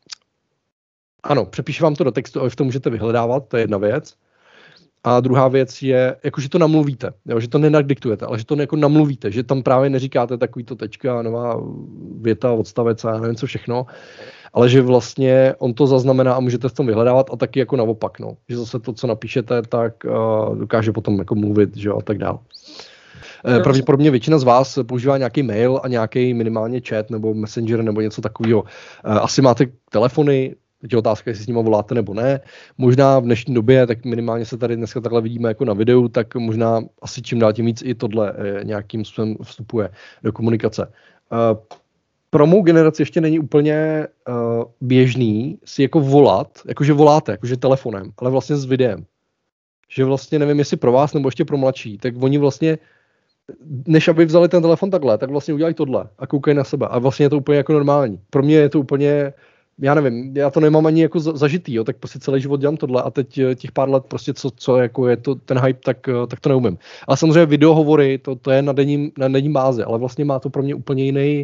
ano, přepíše vám to do textu a vy v tom můžete vyhledávat, to je jedna věc. A druhá věc je, jako že to namluvíte, jo, že to nenadiktujete, ale že to jako namluvíte, že tam právě neříkáte takovýto tečka, nová věta, odstavec a já nevím co všechno, ale že vlastně on to zaznamená a můžete v tom vyhledávat a taky jako naopak, no. Že zase to, co napíšete, tak uh, dokáže potom jako mluvit, že jo, a tak dál. Uh, pravděpodobně většina z vás používá nějaký mail a nějaký minimálně chat nebo messenger nebo něco takového. Uh, asi máte telefony, teď je otázka, jestli s nimi voláte nebo ne. Možná v dnešní době, tak minimálně se tady dneska takhle vidíme jako na videu, tak možná asi čím dál tím víc i tohle uh, nějakým způsobem vstupuje do komunikace. Uh, Pro mou generaci ještě není úplně uh, běžný si jako volat, jakože voláte, jakože telefonem, ale vlastně s videem. Že vlastně nevím, jestli pro vás nebo ještě pro mladší, tak oni vlastně, než aby vzali ten telefon takhle, tak vlastně udělají tohle a koukají na sebe. A vlastně je to úplně jako normální. Pro mě je to úplně, já nevím, já to nemám ani jako zažitý, jo, tak prostě celý život dělám tohle a teď těch pár let prostě co, co jako je to ten hype, tak, tak to neumím. Ale samozřejmě videohovory, to, to je na denní, na denní bázi, ale vlastně má to pro mě úplně jiný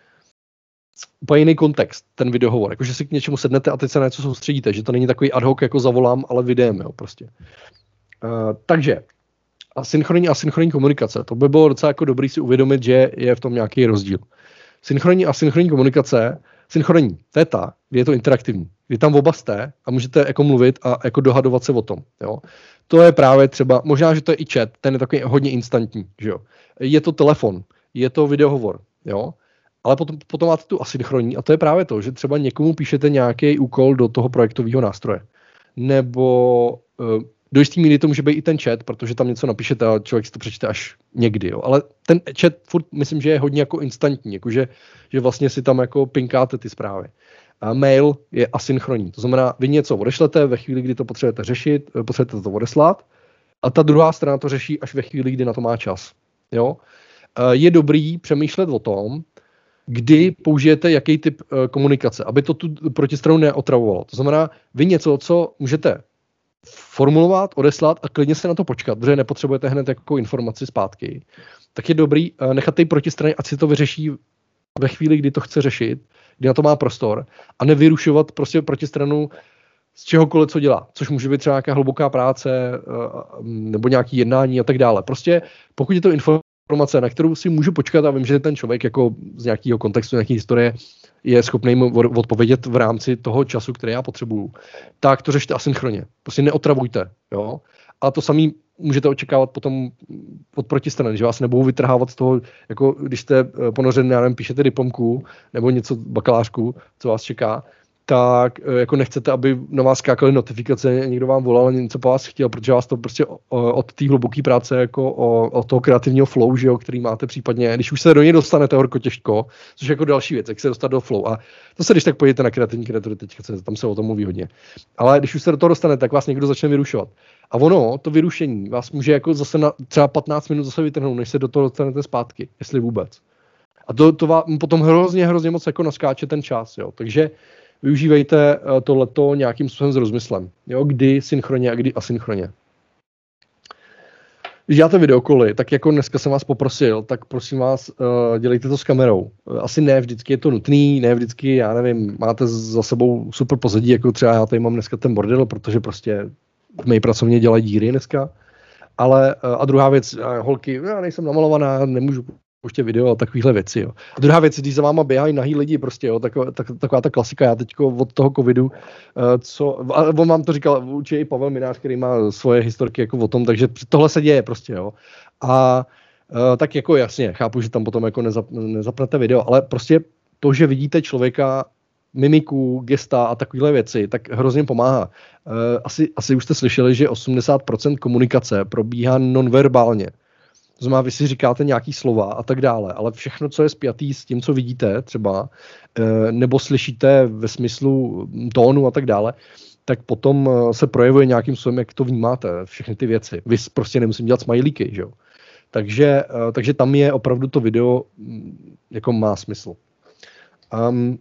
úplně jiný kontext, ten videohovor. Jakože si k něčemu sednete a teď se na něco soustředíte, že to není takový ad hoc, jako zavolám, ale videem, jo, prostě. Uh, takže, asynchronní a asynchronní komunikace. To by bylo docela jako dobrý si uvědomit, že je v tom nějaký rozdíl. Synchronní a asynchronní komunikace, synchronní, to je ta, kdy je to interaktivní. Kdy tam oba jste a můžete jako mluvit a jako dohadovat se o tom, jo. To je právě třeba, možná, že to je i chat, ten je takový hodně instantní, že jo. Je to telefon, je to videohovor, jo. Ale potom, potom máte tu asynchronní a to je právě to, že třeba někomu píšete nějaký úkol do toho projektového nástroje. Nebo uh, do jistý míry to může být i ten chat, protože tam něco napíšete a člověk si to přečte až někdy. Jo. Ale ten chat furt myslím, že je hodně jako instantní, jakože, že vlastně si tam jako pinkáte ty zprávy. A mail je asynchronní, to znamená, vy něco odešlete ve chvíli, kdy to potřebujete řešit, potřebujete to odeslat a ta druhá strana to řeší až ve chvíli, kdy na to má čas. Jo. Uh, je dobrý přemýšlet o tom, kdy použijete jaký typ uh, komunikace, aby to tu protistranu neotravovalo. To znamená, vy něco, co můžete formulovat, odeslat a klidně se na to počkat, protože nepotřebujete hned jako informaci zpátky, tak je dobrý uh, nechat té protistrany, ať si to vyřeší ve chvíli, kdy to chce řešit, kdy na to má prostor a nevyrušovat prostě protistranu z čehokoliv, co dělá, což může být třeba nějaká hluboká práce nebo nějaký jednání a tak dále. Prostě pokud je to informace, na kterou si můžu počkat a vím, že ten člověk jako z nějakého kontextu, nějaké historie je schopný mu odpovědět v rámci toho času, který já potřebuju, tak to řešte asynchronně. Prostě neotravujte, jo. A to samý můžete očekávat potom od protistrany, že vás nebudou vytrhávat z toho, jako když jste ponořen, já nevím, píšete diplomku nebo něco bakalářku, co vás čeká, tak jako nechcete, aby na vás skákaly notifikace, někdo vám volal, něco po vás chtěl, protože vás to prostě od té hluboké práce, jako od toho kreativního flow, že jo, který máte případně, když už se do něj dostanete horko těžko, což je jako další věc, jak se dostat do flow. A to se když tak podívejte na kreativní kreatury, teďka se, tam se o tom mluví hodně. Ale když už se do toho dostanete, tak vás někdo začne vyrušovat. A ono, to vyrušení vás může jako zase na třeba patnáct minut zase vytrhnout, než se do toho dostanete zpátky, jestli vůbec. A to, to vám potom hrozně, hrozně moc jako naskáče ten čas, jo. Takže využívejte tohleto nějakým způsobem s rozmyslem. Jo, kdy synchronně a kdy asynchronně. Když děláte videokoly, tak jako dneska jsem vás poprosil, tak prosím vás, dělejte to s kamerou. Asi ne vždycky je to nutný, ne vždycky, já nevím, máte za sebou super pozadí, jako třeba já tady mám dneska ten bordel, protože prostě v mé pracovně dělají díry dneska. Ale a druhá věc, holky, já nejsem namalovaná, nemůžu pouštět video a takovýhle věci, jo. A druhá věc, když za váma běhají nahý lidi, prostě, jo, taková, tak, taková ta klasika, já teďko od toho covidu, uh, co, a on vám to říkal, určitě i Pavel Minář, který má svoje historky jako o tom, takže tohle se děje prostě, jo. A uh, tak jako jasně, chápu, že tam potom jako nezap, nezapnete video, ale prostě to, že vidíte člověka, mimiku, gesta a takovéhle věci, tak hrozně pomáhá. Uh, asi, asi už jste slyšeli, že osmdesát procent komunikace probíhá nonverbálně. To znamená, vy si říkáte nějaký slova a tak dále, ale všechno, co je spjatý s tím, co vidíte třeba, nebo slyšíte ve smyslu tónu a tak dále, tak potom se projevuje nějakým způsobem, jak to vnímáte, všechny ty věci. Vy prostě nemusím dělat smajlíky, že jo. Takže, takže tam je opravdu to video, jako má smysl. Um,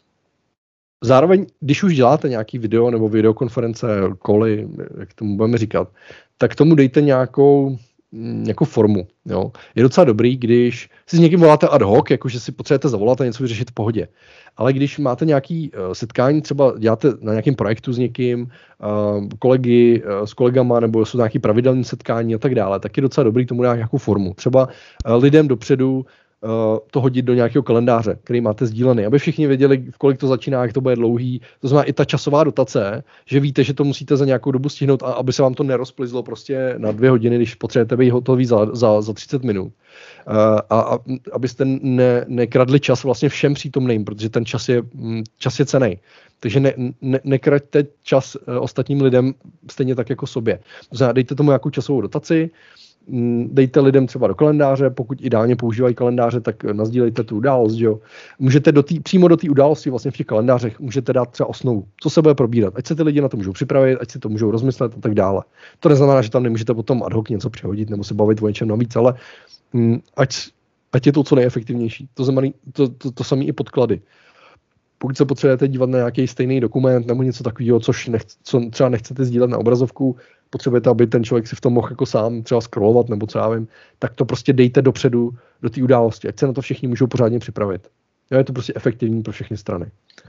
zároveň, když už děláte nějaký video nebo videokonference, koly, jak tomu budeme říkat, tak tomu dejte nějakou nějakou formu. Jo. Je docela dobrý, když si s někým voláte ad hoc, jakože si potřebujete zavolat a něco vyřešit v pohodě. Ale když máte nějaký uh, setkání, třeba děláte na nějakém projektu s někým, uh, kolegy uh, s kolegama, nebo jsou nějaké pravidelné setkání a tak dále, tak je docela dobrý tomu dát nějakou formu. Třeba uh, lidem dopředu uh, to hodit do nějakého kalendáře, který máte sdílený, aby všichni věděli, v kolik to začíná, jak to bude dlouhý. To znamená i ta časová dotace, že víte, že to musíte za nějakou dobu stihnout, a aby se vám to nerozplizlo prostě na dvě hodiny, když potřebujete být hotový za, za, za třicet minut. Uh, a, a abyste ne, nekradli čas vlastně všem přítomným, protože ten čas je, čas je cenný. Takže ne, ne, nekraďte čas uh, ostatním lidem stejně tak jako sobě. To znamená, dejte tomu nějakou časovou dotaci, dejte lidem třeba do kalendáře, pokud ideálně používají kalendáře, tak nasdílejte tu událost, jo. Můžete do tý, přímo do té události vlastně v těch kalendářech můžete dát třeba osnovu, co se bude probírat, ať se ty lidi na to můžou připravit, ať si to můžou rozmyslet a tak dále. To neznamená, že tam nemůžete potom ad hoc něco přehodit nebo se bavit o něčem navíc, ale hm, ať, ať je to co nejefektivnější. To znamená to, to, to samé i podklady. Pokud se potřebujete dívat na nějaký stejný dokument nebo něco takového, což nech, co třeba nechcete sdílet na obrazovku, potřebujete, aby ten člověk si v tom mohl jako sám třeba scrollovat nebo co já vím, tak to prostě dejte dopředu do té události, ať se na to všichni můžou pořádně připravit. Jo, je to prostě efektivní pro všechny strany.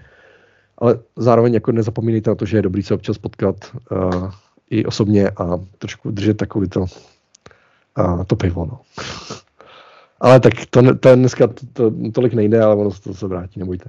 Ale zároveň jako nezapomínejte na to, že je dobrý se občas potkat uh, i osobně a trošku držet takový to, uh, to pivo, no. Ale tak to, to dneska to, to, tolik nejde, ale ono to se vrátí, nebojte.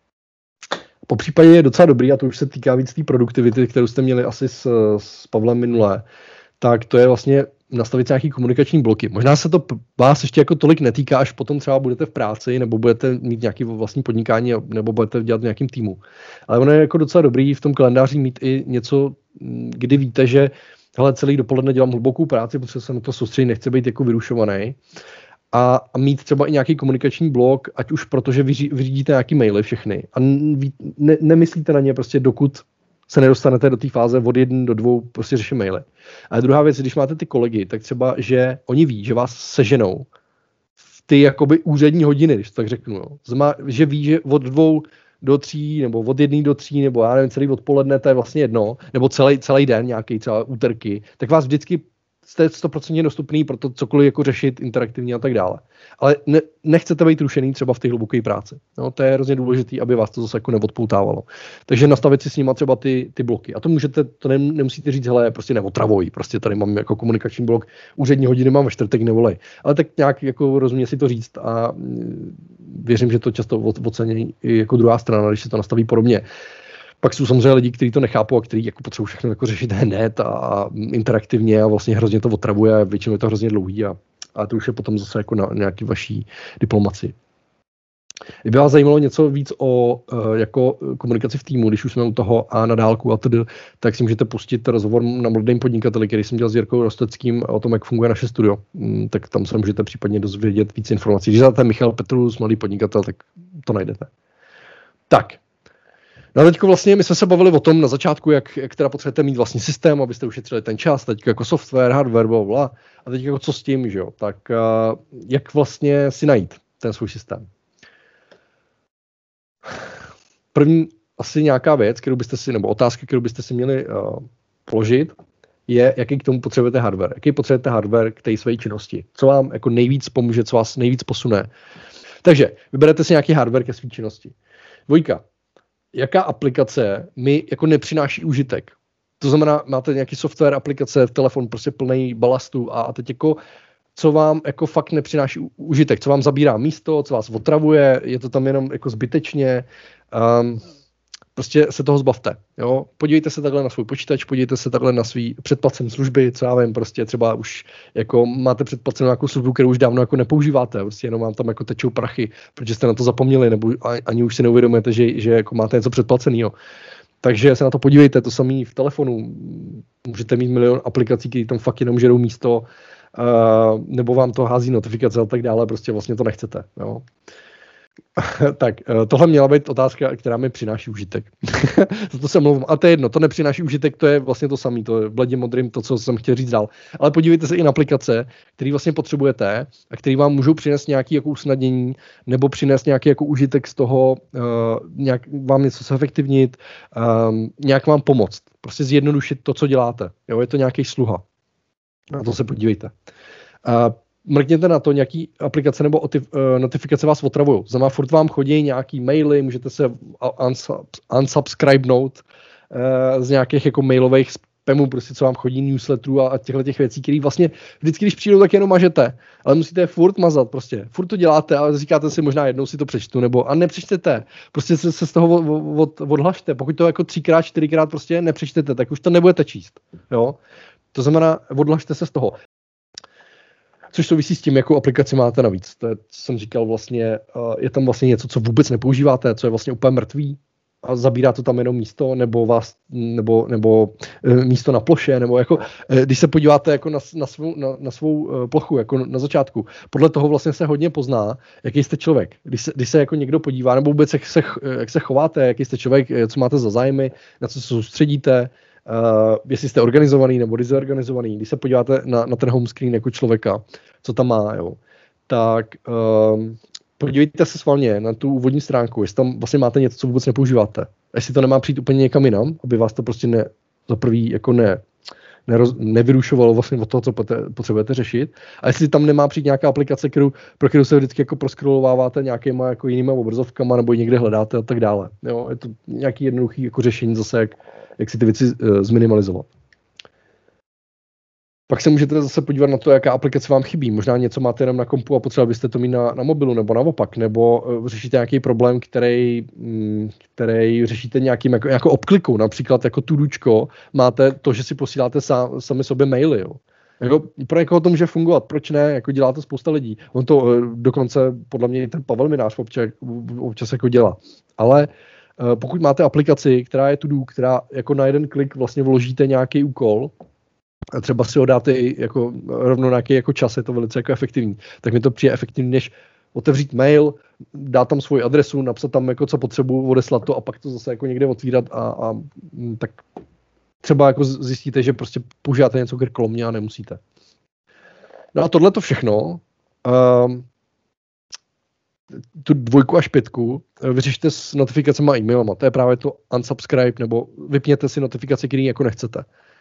Po případě je docela dobrý, a to už se týká víc té produktivity, kterou jste měli asi s, s Pavlem minulé, tak to je vlastně nastavit nějaký komunikační bloky. Možná se to vás ještě jako tolik netýká, až potom třeba budete v práci, nebo budete mít nějaký vlastní podnikání, nebo budete dělat v nějakým týmu. Ale ono je jako docela dobrý v tom kalendáři mít i něco, kdy víte, že hele, celý dopoledne dělám hlubokou práci, protože se na to soustředit, nechci být jako vyrušovaný. A, a mít třeba i nějaký komunikační blok, ať už protože vyří, vyřídíte nějaký maily všechny a ne, nemyslíte na ně prostě, dokud se nedostanete do té fáze od jedné do dvou, prostě řešit maily. A druhá věc, když máte ty kolegy, tak třeba, že oni ví, že vás seženou v ty jakoby úřední hodiny, když to tak řeknu. Jo. Znamená, že ví, že od dvou do tří, nebo od jedné do tří, nebo já nevím, celý odpoledne, to je vlastně jedno, nebo celý, celý den, nějaký třeba úterky, tak vás vždycky jste sto procent dostupný pro to cokoliv jako řešit interaktivně a tak dále. Ale ne, nechcete být rušený třeba v té hluboké práci. No, to je hrozně důležité, aby vás to zase jako neodpoutávalo. Takže nastavit si s nima třeba ty, ty bloky. A to můžete, to ne, nemusíte říct, hele, prostě neotravuj, prostě tady mám jako komunikační blok, úřední hodiny mám ve čtvrtek, nevolej. Ale tak nějak jako rozumně si to říct a věřím, že to často ocení i jako druhá strana, když se to nastaví podobně. Pak jsou samozřejmě lidi, kteří to nechápou a kteří jako potřebují všechno jako řešit hned a interaktivně a vlastně hrozně to otravuje a většinou je to hrozně dlouhý a, a to už je potom zase jako na nějaký vaší diplomaci. Kdyby vás zajímalo něco víc o uh, jako komunikaci v týmu, když už jsme u toho a na dálku a tedy, tak si můžete pustit rozhovor na Mladém podnikateli, který jsem dělal s Jirkou Rosteckým o tom, jak funguje naše studio. Mm, tak tam se můžete případně dozvědět víc informací. Když dáte Michal Petrus, Mladý podnikatel, tak to najdete. Tak. No a teďko vlastně my jsme se bavili o tom na začátku, jak, jak teda potřebujete mít vlastní systém, abyste ušetřili ten čas, teď jako software, hardware, bla, a teď jako co s tím, že jo, tak uh, jak vlastně si najít ten svůj systém. První asi nějaká věc, kterou byste si, nebo otázka, kterou byste si měli uh, položit, je, jaký k tomu potřebujete hardware. Jaký potřebujete hardware k té své činnosti. Co vám jako nejvíc pomůže, co vás nejvíc posune. Takže vyberete si nějaký hardware ke své činnosti. Dvojka. Jaká aplikace mi jako nepřináší užitek. To znamená, máte nějaký software, aplikace, telefon prostě plný balastu a, a teď jako, co vám jako fakt nepřináší užitek, co vám zabírá místo, co vás otravuje, je to tam jenom jako zbytečně, um, prostě se toho zbavte. Jo? Podívejte se takhle na svůj počítač, podívejte se takhle na svý předplacené služby, co já vím, prostě třeba už jako máte předplacenou nějakou službu, kterou už dávno jako nepoužíváte, prostě jenom vám tam jako tečou prachy, protože jste na to zapomněli, nebo ani už si neuvědomujete, že, že jako máte něco předplaceného. Takže se na to podívejte, to samé v telefonu. Můžete mít milion aplikací, které tam fakt jenom žerou místo, uh, nebo vám to hází notifikace a tak dále, prostě vlastně to nechcete. Jo? Tak, tohle měla být otázka, která mi přináší užitek. Za to se mluvím. A to je jedno, to nepřináší užitek, to je vlastně to samé, to je v bledě modrým, to, co jsem chtěl říct dál. Ale podívejte se i na aplikace, které vlastně potřebujete a které vám můžou přinést nějaké jako usnadnění nebo přinést nějaký jako užitek z toho, uh, nějak vám něco zefektivnit, um, nějak vám pomoct. Prostě zjednodušit to, co děláte. Jo, je to nějaký sluha. Na to se podívejte. Uh, Mrkněte na to, nějaký aplikace nebo notifikace vás otravují. Znamená, furt vám chodí nějaký maily, můžete se unsubscribenout z nějakých jako mailových spamů, prostě co vám chodí, newsletterů a těchto těch věcí, které vlastně vždycky, když přijdou, tak jenom mažete. Ale musíte je furt mazat, prostě. Furt to děláte a říkáte si, možná jednou si to přečtu, nebo a nepřečtete. Prostě se, se z toho od, od, odhlašte. Pokud to jako třikrát, čtyřikrát prostě nepřečtete, tak už to nebudete číst. Jo? To znamená, odhlašte se z toho. Což souvisí s tím, jakou aplikaci máte navíc. To je, co jsem říkal, vlastně, je tam vlastně něco, co vůbec nepoužíváte, co je vlastně úplně mrtvý a zabírá to tam jenom místo, nebo vás, nebo, nebo místo na ploše, nebo jako, když se podíváte jako na, na, svou, na, na svou plochu, jako na začátku, podle toho vlastně se hodně pozná, jaký jste člověk. Když se, když se jako někdo podívá, nebo vůbec jak se, jak se chováte, jaký jste člověk, co máte za zájmy, na co se soustředíte, Uh, jestli jste organizovaný nebo dezorganizovaný, když se podíváte na, na ten home screen jako člověka, co tam má, jo, tak uh, podívejte se schválně na tu úvodní stránku, jestli tam vlastně máte něco, co vůbec nepoužíváte. A jestli to nemá přijít úplně někam jinam, aby vás to prostě ne, za prvý jako ne, neroz, nevyrušovalo vlastně od toho, co potřebujete řešit. A jestli tam nemá přijít nějaká aplikace, kterou, pro kterou se vždycky jako proskrolováváte nějakýma jako jinýma obrazovkama nebo někde hledáte a tak dále. Jo, je to nějaký jednoduchý jako řešení zase, jak jak si ty věci uh, zminimalizovat. Pak se můžete zase podívat na to, jaká aplikace vám chybí. Možná něco máte jenom na kompu a potřebovali byste to mít na, na mobilu, nebo naopak, nebo uh, řešíte nějaký problém, který, um, který řešíte nějakým jako, jako obklikou, například jako tudučko, máte to, že si posíláte sám, sami sobě maily. Jo. Jako, pro někoho to může fungovat, proč ne, jako dělá to spousta lidí. On to uh, dokonce, podle mě, ten Pavel Minář občas, občas jako dělá. Ale pokud máte aplikaci, která je to-do, která jako na jeden klik vlastně vložíte nějaký úkol, a třeba si ho dáte i jako rovno nějaký jako čas, je to velice jako efektivní, tak mi to přijde efektivní, než otevřít mail, dát tam svoji adresu, napsat tam jako co potřebuji, odeslat to a pak to zase jako někde otvírat a, a tak třeba jako zjistíte, že prostě používáte něco krkolomně a nemusíte. No a tohle to všechno, um, tu dvojku až pětku vyřešte s notifikacemi a e-mailama. To je právě to unsubscribe, nebo vypněte si notifikace, které jako nechcete.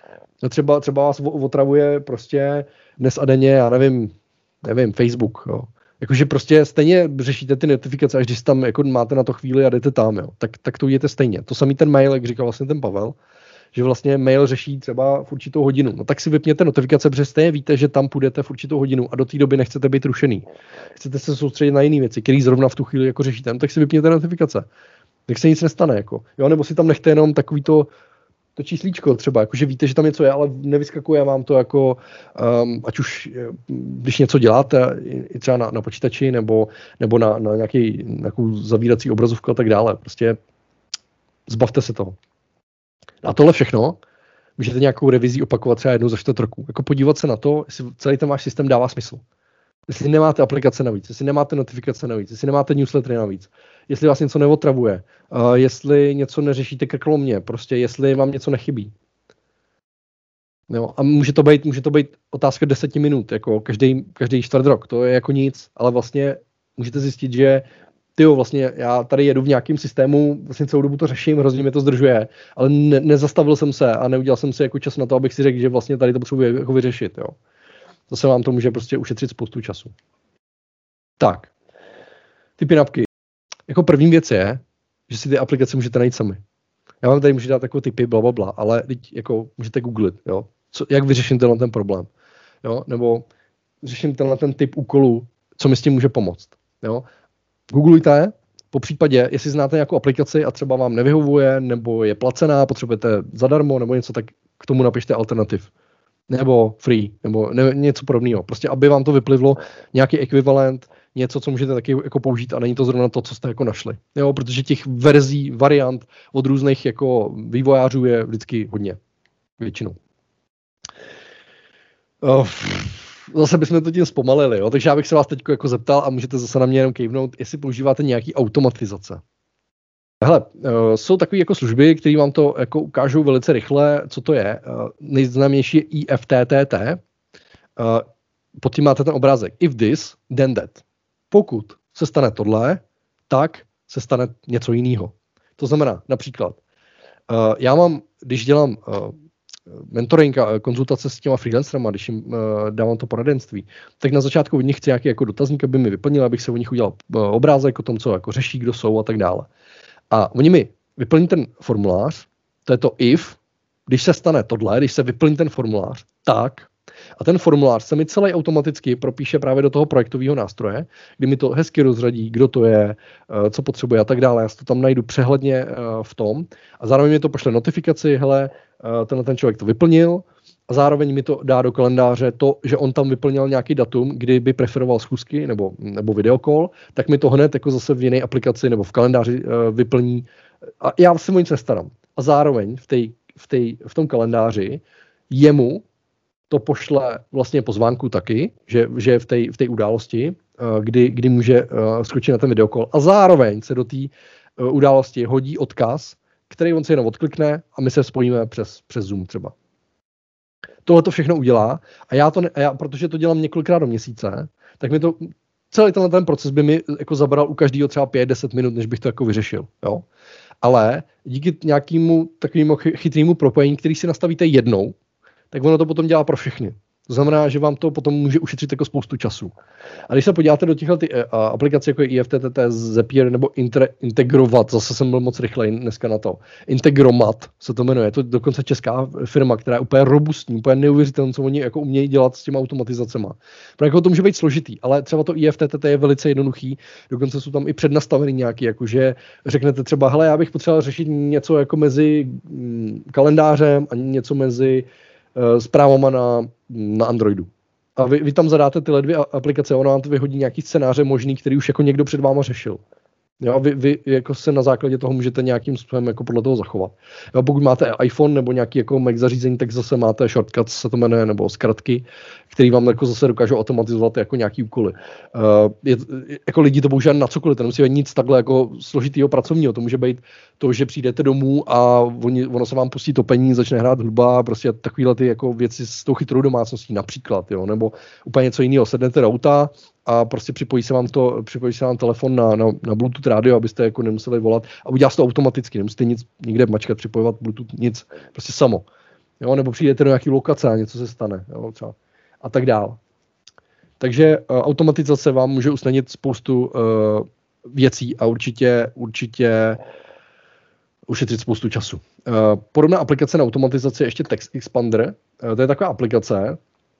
No třeba, třeba vás otravuje prostě dnes a denně, já nevím, nevím, Facebook, jo. Jakože prostě stejně řešíte ty notifikace, až když tam jako máte na to chvíli a jdete tam, jo. Tak, tak to jdete stejně. To samý ten mail, jak říkal vlastně ten Pavel, že vlastně mail řeší třeba v určitou hodinu. No tak si vypněte notifikace, protože stejně víte, že tam půjdete v určitou hodinu a do té doby nechcete být rušený. Chcete se soustředit na jiné věci, které zrovna v tu chvíli jako řešíte, no tak si vypněte notifikace. Tak se nic nestane, jako. Jo, nebo si tam nechte jenom takový to, to číslíčko třeba, jakože víte, že tam něco je, ale nevyskakuje vám to jako, um, ať už, když něco děláte, i třeba na, na počítači, nebo, nebo na, na nějaký, nějakou zavírací obrazovku a tak dále. Prostě zbavte se toho. A tohle všechno můžete nějakou revizí opakovat třeba jednou za čtvrt roku. Jako podívat se na to, jestli celý ten váš systém dává smysl. Jestli nemáte aplikace navíc, jestli nemáte notifikace navíc, jestli nemáte newslettery navíc, jestli vás něco neotravuje, uh, jestli něco neřešíte krkolomně, prostě jestli vám něco nechybí. Jo, a může to být, může to být otázka deseti minut, jako každý, každý čtvrt rok, to je jako nic, ale vlastně můžete zjistit, že tyjo, vlastně já tady jedu v nějakém systému, vlastně celou dobu to řeším, hrozně mě to zdržuje, ale ne, nezastavil jsem se a neudělal jsem si jako čas na to, abych si řekl, že vlastně tady to potřebuji jako vyřešit, jo. Zase vám to může prostě ušetřit spoustu času. Tak, ty pinapky. Jako první věc je, že si ty aplikace můžete najít sami. Já vám tady můžu dát takové typy, blablabla, ale teď jako můžete googlit, jo. Co, jak vyřeším tenhle ten problém, jo, nebo řeším tenhle ten typ úkolů, co mi s tím může pomoct, jo. Googlujte, po případě, jestli znáte nějakou aplikaci a třeba vám nevyhovuje, nebo je placená, potřebujete zadarmo, nebo něco, tak k tomu napište alternativ. Nebo free, nebo ne, něco podobného. Prostě, aby vám to vyplivlo nějaký ekvivalent, něco, co můžete taky jako použít a není to zrovna to, co jste jako našli. Jo, protože těch verzí, variant od různých jako vývojářů je vždycky hodně. Většinou. Uh, zase bychom to tím zpomalili, jo? Takže já bych se vás teď jako zeptal a můžete zase na mě jenom kejvnout, jestli používáte nějaký automatizace. Hele, uh, jsou takové jako služby, které vám to jako ukážou velice rychle, co to je. Uh, nejznámější je I F T T T. Uh, pod tím máte ten obrázek. If this, then that. Pokud se stane tohle, tak se stane něco jiného. To znamená, například, uh, já mám, když dělám uh, mentoring a konzultace s těma freelancerama, když jim uh, dávám to poradenství, tak na začátku od nich chci nějaký jako dotazník, aby mi vyplnil, abych se o nich udělal uh, obrázek o tom, co jako řeší, kdo jsou a tak dále. A oni mi vyplní ten formulář, to je to if, když se stane tohle, když se vyplní ten formulář, tak, a ten formulář se mi celý automaticky propíše právě do toho projektového nástroje, kdy mi to hezky rozřadí, kdo to je, co potřebuje a tak dále. Já si to tam najdu přehledně v tom a zároveň mi to pošle notifikaci, hele, tenhle ten člověk to vyplnil a zároveň mi to dá do kalendáře to, že on tam vyplnil nějaký datum, kdy by preferoval schůzky nebo, nebo videokol, tak mi to hned jako zase v jiné aplikaci nebo v kalendáři vyplní a já se o nic nestarám. A zároveň v, tej, v, tej, v tom kalendáři jemu to pošle vlastně pozvánku taky, že, že v té v tej události, kdy, kdy může skočit na ten videokol a zároveň se do té události hodí odkaz, který on si jenom odklikne a my se spojíme přes, přes Zoom třeba. Tohle to všechno udělá a já to, ne, a já, protože to dělám několikrát do měsíce, tak mi to, celý tenhle ten proces by mi jako zabral u každého třeba pět deset minut, než bych to jako vyřešil. Jo? Ale díky nějakému takovému chytrému propojení, který si nastavíte jednou, tak ono to potom dělá pro všechny. To znamená, že vám to potom může ušetřit jako spoustu času. A když se podíváte do těchto aplikací, jako je I F T T T, Zapier nebo inter, Integrovat, zase jsem byl moc rychlej dneska na to. Integromat se to jmenuje. Je to dokonce česká firma, která je úplně robustní, úplně neuvěřitelná, co oni jako umějí dělat s těma automatizacema. Protože jako to může být složitý, ale třeba to I F T T T je velice jednoduchý. Dokonce jsou tam i přednastavený nějaký, jakože řeknete třeba, hele, já bych potřeboval řešit něco jako mezi kalendářem a něco mezi zprávama na, na Androidu. A vy, vy tam zadáte tyhle dvě aplikace, ono vám to vyhodí nějaký scénáře možný, který už jako někdo před váma řešil. Jo, vy, vy jako se na základě toho můžete nějakým způsobem jako podle toho zachovat. Jo, pokud máte iPhone nebo nějaký jako Mac zařízení, tak zase máte shortcuts, se to jmenuje, nebo zkratky, který vám jako zase dokážou automatizovat jako nějaký úkoly. Uh, je, jako lidi to používají na cokoliv, to nemusí být nic takhle jako složitýho pracovního, to může být to, že přijdete domů a oni, ono se vám pustí topení, začne hrát hudba, prostě takovýhle ty jako věci s tou chytrou domácností například, jo, nebo úplně něco jiného, sednete do auta a prostě připojí se vám to, připojí se vám telefon na, na, na Bluetooth rádio, abyste jako nemuseli volat a udělá se to automaticky, nemusíte nic nikde mačkat, připojovat Bluetooth, nic, prostě samo. jo, nebo přijdete do nějaký lokace a něco se stane, jo, třeba a tak dál. Takže uh, automatizace vám může usnadnit spoustu uh, věcí a určitě, určitě ušetřit spoustu času. Uh, podobná aplikace na automatizaci je ještě Text Expander. Uh, to je taková aplikace,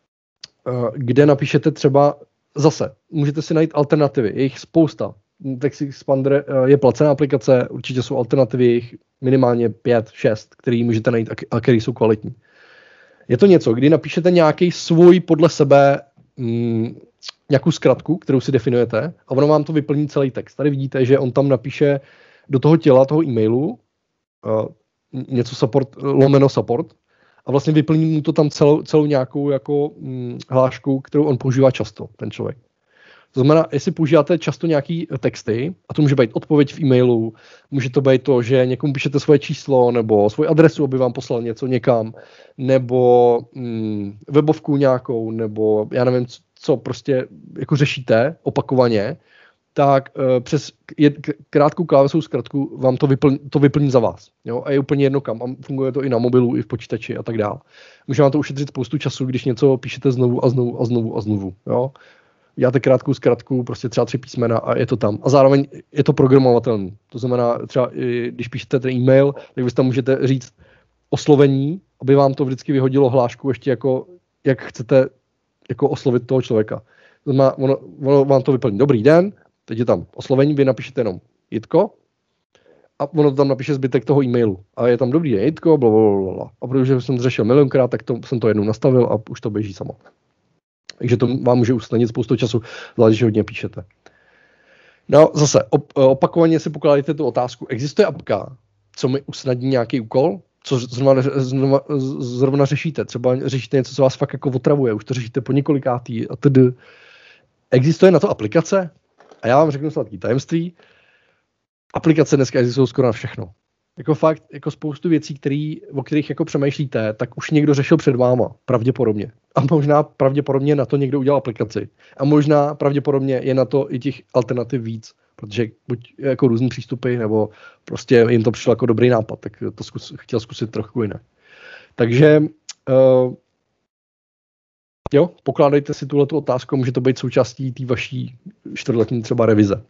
uh, kde napíšete třeba zase, můžete si najít alternativy, je jich spousta. Text Expander uh, je placená aplikace, určitě jsou alternativy, je jich minimálně pět, šest, který můžete najít a které jsou kvalitní. Je to něco, kdy napíšete nějaký svůj podle sebe mm, nějakou zkratku, kterou si definujete a ono vám to vyplní celý text. Tady vidíte, že on tam napíše do toho těla toho e-mailu uh, něco support, lomeno support a vlastně vyplní mu to tam celou, celou nějakou jako mm, hlášku, kterou on používá často, ten člověk. To znamená, jestli používáte často nějaký texty, a to může být odpověď v e-mailu, může to být to, že někomu píšete svoje číslo nebo svoji adresu, aby vám poslal něco někam, nebo mm, webovku nějakou, nebo já nevím, co, co prostě jako řešíte opakovaně, tak uh, přes jed, krátkou klávesovou zkratku vám to, vyplň, to vyplní za vás. Jo? A je úplně jedno kam. A funguje to i na mobilu, i v počítači a tak dále. Může vám to ušetřit spoustu času, když něco píšete znovu a znovu a znovu a znovu. Jo? Děláte krátkou zkratku, prostě třeba tři písmena a je to tam. A zároveň je to programovatelný. To znamená, třeba když píšete ten e-mail, tak vy tam můžete říct oslovení, aby vám to vždycky vyhodilo hlášku ještě jako, jak chcete jako oslovit toho člověka. To znamená, ono, ono vám to vyplní. Dobrý den, teď je tam oslovení, vy napíšete jenom Jitko a ono tam napíše zbytek toho e-mailu. A je tam dobrý den, Jitko, blablabla. A protože jsem to řešil milionkrát, tak to, jsem to jednou nastavil a už to běží samo. Takže to vám může usnadnit spoustu času, zvlášť, že hodně píšete. No zase, op, opakovaně si pokládejte tu otázku. Existuje apka, co mi usnadní nějaký úkol? Co zrovna, zrovna, zrovna řešíte? Třeba řešíte něco, co vás fakt jako otravuje, už to řešíte po několikátý a tedy. Existuje na to aplikace? A já vám řeknu sladký tajemství. Aplikace dneska existují skoro na všechno. Jako fakt, jako spoustu věcí, který, o kterých jako přemýšlíte, tak už někdo řešil před váma, pravděpodobně. A možná pravděpodobně na to někdo udělal aplikaci. A možná pravděpodobně je na to i těch alternativ víc, protože buď jako různý přístupy, nebo prostě jim to přišlo jako dobrý nápad, tak to zkus, chtěl zkusit trochu jinak. Takže uh, jo, pokládejte si tuhletu otázku, může to být součástí té vaší čtvrtletní třeba revize.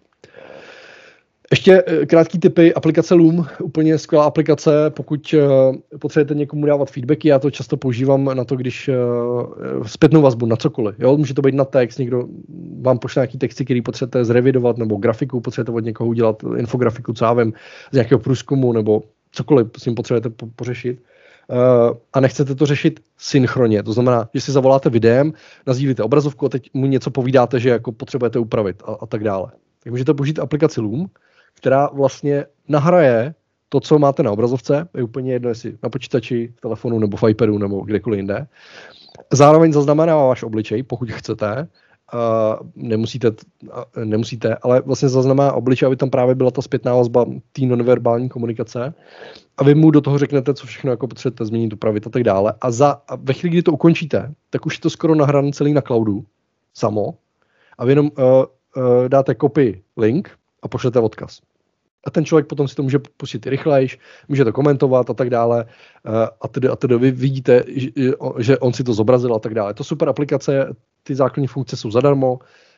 Ještě krátký tipy, aplikace Loom, úplně skvělá aplikace, pokud uh, potřebujete někomu dávat feedbacky, já to často používám na to, když uh, zpětnou vazbu na cokoliv, jo? Může to být na text, někdo vám pošle nějaký texty, který potřebujete zrevidovat, nebo grafiku, potřebujete od někoho udělat infografiku, co já vím, z nějakého průzkumu, nebo cokoliv s tím potřebujete po- pořešit. Uh, a nechcete to řešit synchronně, to znamená, že si zavoláte videem, nazdílíte obrazovku a teď mu něco povídáte, že jako potřebujete upravit a, a tak dále. Tak můžete použít aplikaci Loom, která vlastně nahraje to, co máte na obrazovce, je úplně jedno, jestli na počítači, v telefonu nebo v iPadu nebo kdekoliv jinde. Zároveň zaznamenává váš obličej, pokud chcete, uh, nemusíte, uh, nemusíte, ale vlastně zaznamená obličej, aby tam právě byla ta zpětná vazba té nonverbální komunikace a vy mu do toho řeknete, co všechno jako potřebujete změnit, upravit a tak dále. A, za, a ve chvíli, kdy to ukončíte, tak už je to skoro nahrané celý na cloudu samo a vy jenom uh, uh, dáte copy link a pošlete odkaz. A ten člověk potom si to může pustit rychlejš, může to komentovat a tak dále. A tedy, a tedy vy vidíte, že on si to zobrazil a tak dále. To super aplikace, ty základní funkce jsou zadarmo.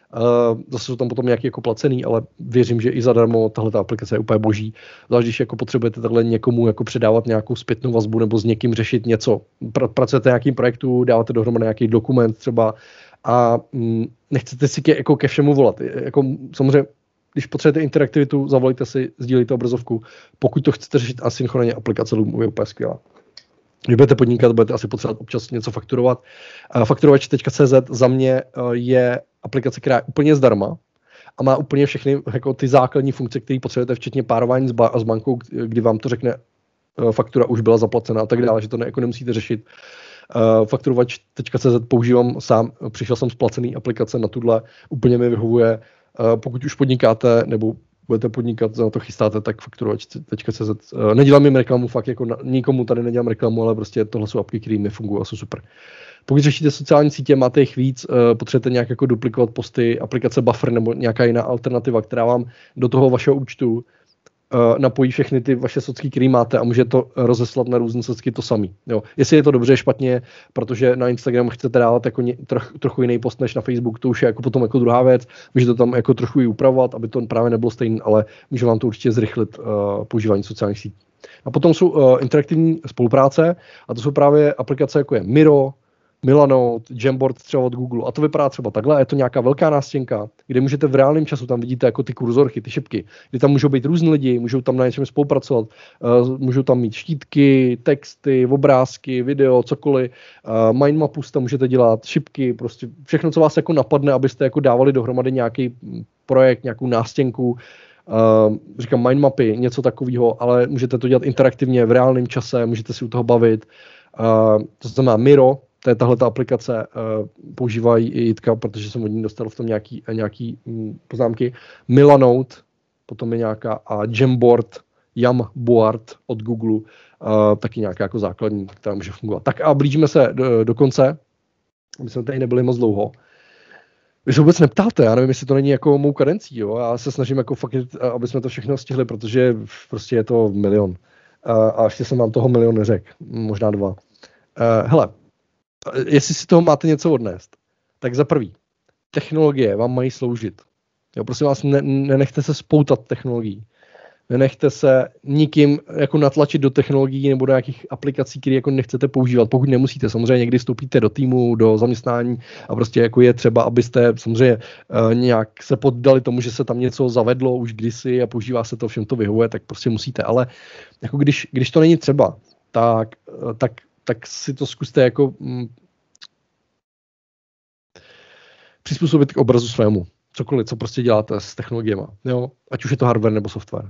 Zase jsou tam potom nějaký jako placený, ale věřím, že i zadarmo tahle ta aplikace je úplně boží. Zvlášť, když jako potřebujete takhle někomu jako předávat nějakou zpětnou vazbu nebo s někým řešit něco. Pracujete na nějakým projektu, dáváte dohromady nějaký dokument třeba a mm, nechcete si ke, jako ke všemu volat. Jako, samozřejmě když potřebujete interaktivitu, zavolejte si, sdílejte obrazovku. Pokud to chcete řešit asynchronně, aplikace Loom je úplně skvělá. Když budete podnikat, budete asi potřebovat občas něco fakturovat. Fakturovač tečka cé zet za mě je aplikace, která je úplně zdarma a má úplně všechny jako ty základní funkce, které potřebujete, včetně párování s, ba- s bankou, kdy vám to řekne, faktura už byla zaplacena a tak dále, že to ne, jako nemusíte řešit. Fakturovač tečka cé zet používám sám, přišel jsem z placený aplikace na tuhle, úplně mi vyhovuje. Pokud už podnikáte nebo budete podnikat, na to chystáte, tak fakturovač tečka cé zet. Nedělám jim reklamu, fakt jako na, nikomu tady nedělám reklamu, ale prostě tohle jsou apky, které mi fungují a jsou super. Pokud řešíte sociální sítě, máte jich víc, potřebujete nějak jako duplikovat posty, aplikace Buffer nebo nějaká jiná alternativa, která vám do toho vašeho účtu uh, napojí všechny ty vaše socky, které máte a může to rozeslat na různé socky to samý. Jo. Jestli je to dobře, špatně, protože na Instagram chcete dávat jako ně, troch, trochu jiný post než na Facebook, to už je jako potom jako druhá věc, můžete to tam jako trochu i upravovat, aby to právě nebylo stejné, ale může vám to určitě zrychlit uh, používání sociálních sítí. A potom jsou uh, interaktivní spolupráce a to jsou právě aplikace jako je Miro, Milanote, Jamboard třeba od Google. A to vypadá třeba takhle, je to nějaká velká nástěnka, kde můžete v reálném času, tam vidíte jako ty kurzorky, ty šipky, kdy tam můžou být různí lidi, můžou tam na něčem spolupracovat, uh, můžou tam mít štítky, texty, obrázky, video, cokoliv, uh, mindmapu tam můžete dělat, šipky, prostě všechno, co vás jako napadne, abyste jako dávali dohromady nějaký projekt, nějakou nástěnku, Uh, říkám mindmapy, něco takového, ale můžete to dělat interaktivně v reálném čase, můžete si u toho bavit. Uh, to znamená Miro, to je tahle ta aplikace, uh, používají i Jitka, protože jsem od ní dostal v tom nějaký, nějaký um, poznámky. Milanote, potom je nějaká a Jamboard, Jamboard od Google, uh, taky nějaká jako základní, která může fungovat. Tak a blížíme se do, do konce, aby jsme tady nebyli moc dlouho. Vy se vůbec neptáte, já nevím, jestli to není jako mou kadencí, jo? Já se snažím jako fakt, aby jsme to všechno stihli, protože prostě je to milion. A ještě jsem vám toho milion neřekl, možná dva. Hele, jestli si toho máte něco odnést, tak za prvý, technologie vám mají sloužit. Jo, prosím vás, ne, nenechte se spoutat technologií. Nenechte se nikým jako natlačit do technologií nebo do nějakých aplikací, které jako nechcete používat, pokud nemusíte. Samozřejmě někdy vstoupíte do týmu, do zaměstnání a prostě jako je třeba, abyste samozřejmě uh, nějak se poddali tomu, že se tam něco zavedlo už kdysi a používá se to, všem to vyhovuje, tak prostě musíte. Ale jako když, když to není třeba, tak, uh, tak, tak si to zkuste jako mm, přizpůsobit k obrazu svému. Cokoliv, co prostě děláte s technologiemi. Jo? Ať už je to hardware nebo software.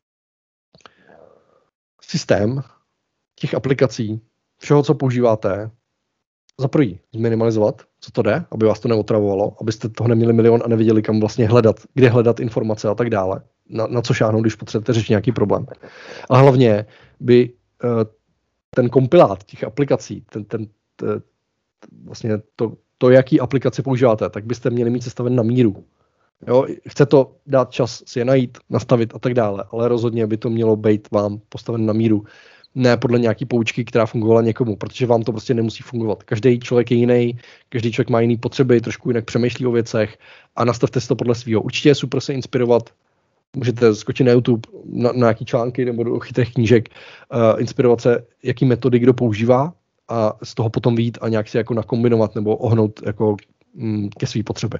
Systém těch aplikací, všeho, co používáte, za prvý zminimalizovat, co to jde, aby vás to neotravovalo, abyste toho neměli milion a nevěděli, kam vlastně hledat, kde hledat informace a tak dále, na, na co šáhnout, když potřebujete řešit nějaký problém. A hlavně by uh, ten kompilát těch aplikací, ten, ten, ten, vlastně to, to, jaký aplikace používáte, tak byste měli mít sestaven na míru. Jo, chce to dát čas si je najít, nastavit a tak dále, ale rozhodně by to mělo být vám postaven na míru. Ne podle nějaký poučky, která fungovala někomu, protože vám to prostě nemusí fungovat. Každý člověk je jiný, každý člověk má jiný potřeby, trošku jinak přemýšlí o věcech a nastavte si to podle svého. Určitě je super se inspirovat, můžete skočit na YouTube, na, na nějaký články nebo do chytrých knížek, uh, inspirovat se, jaký metody kdo používá a z toho potom vyjít a nějak si jako nakombinovat nebo ohnout jako mm, ke své potřebě.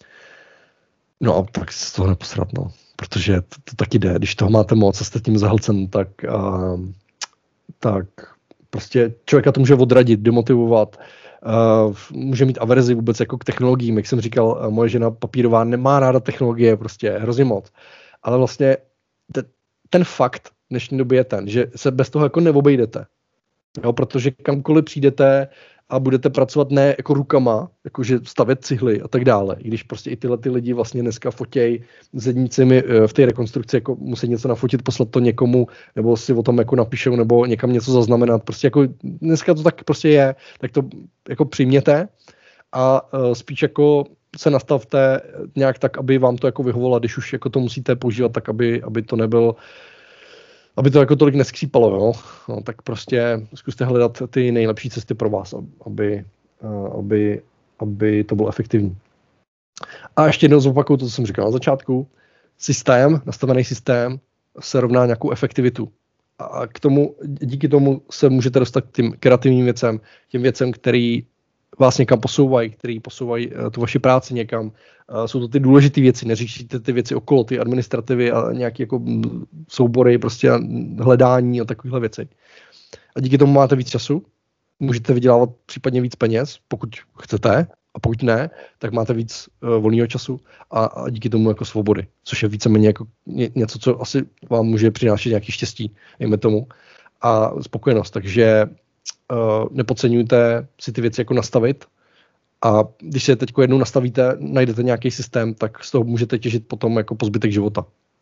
No a tak se z toho neposrat, no. Protože to, to taky jde. Když toho máte moc a jste tím zahlcen, tak, uh, tak prostě člověka to může odradit, demotivovat. Uh, může mít averzi vůbec jako k technologiím. Jak jsem říkal, uh, moje žena papírová nemá ráda technologie, prostě hrozně moc. Ale vlastně te, ten fakt v dnešní době je ten, že se bez toho jako neobejdete. Jo, protože kamkoliv přijdete a budete pracovat ne jako rukama, jakože stavět cihly a tak dále. I když prostě i tyhle ty lidi vlastně dneska fotějí zednicemi v té rekonstrukci, jako musí něco nafotit, poslat to někomu, nebo si o tom jako napíšou, nebo někam něco zaznamenat. Prostě jako dneska to tak prostě je, tak to jako přijměte a uh, spíš jako se nastavte nějak tak, aby vám to jako vyhovovalo, když už jako to musíte používat, tak aby, aby to nebyl aby to jako tolik neskřípalo, jo? No, tak prostě zkuste hledat ty nejlepší cesty pro vás, aby, aby, aby to bylo efektivní. A ještě jednou zopakuju to, co jsem říkal na začátku. Systém, nastavený systém se rovná nějakou efektivitu. A k tomu, díky tomu se můžete dostat k těm kreativním věcem, těm věcem, který vás někam posouvají, který posouvají uh, tu vaši práci někam. Uh, jsou to ty důležité věci, neřešíte ty věci okolo, ty administrativy a nějaké jako soubory, prostě hledání a takovéhle věci. A díky tomu máte víc času, můžete vydělávat případně víc peněz, pokud chcete, a pokud ne, tak máte víc uh, volného času a, a díky tomu jako svobody, což je víceméně jako ně, něco, co asi vám může přinášet nějaké štěstí, dejme tomu, a spokojenost. Takže Uh, nepodceňujte si ty věci jako nastavit a když si je teď jednou nastavíte, najdete nějaký systém, tak z toho můžete těžit potom jako po zbytek života.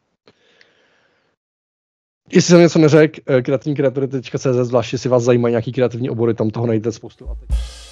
Jestli jsem něco neřekl, kreativní kreatority tečka cé zet, zvláště si vás zajímají nějaký kreativní obory, tam toho najdete spoustu. A teď...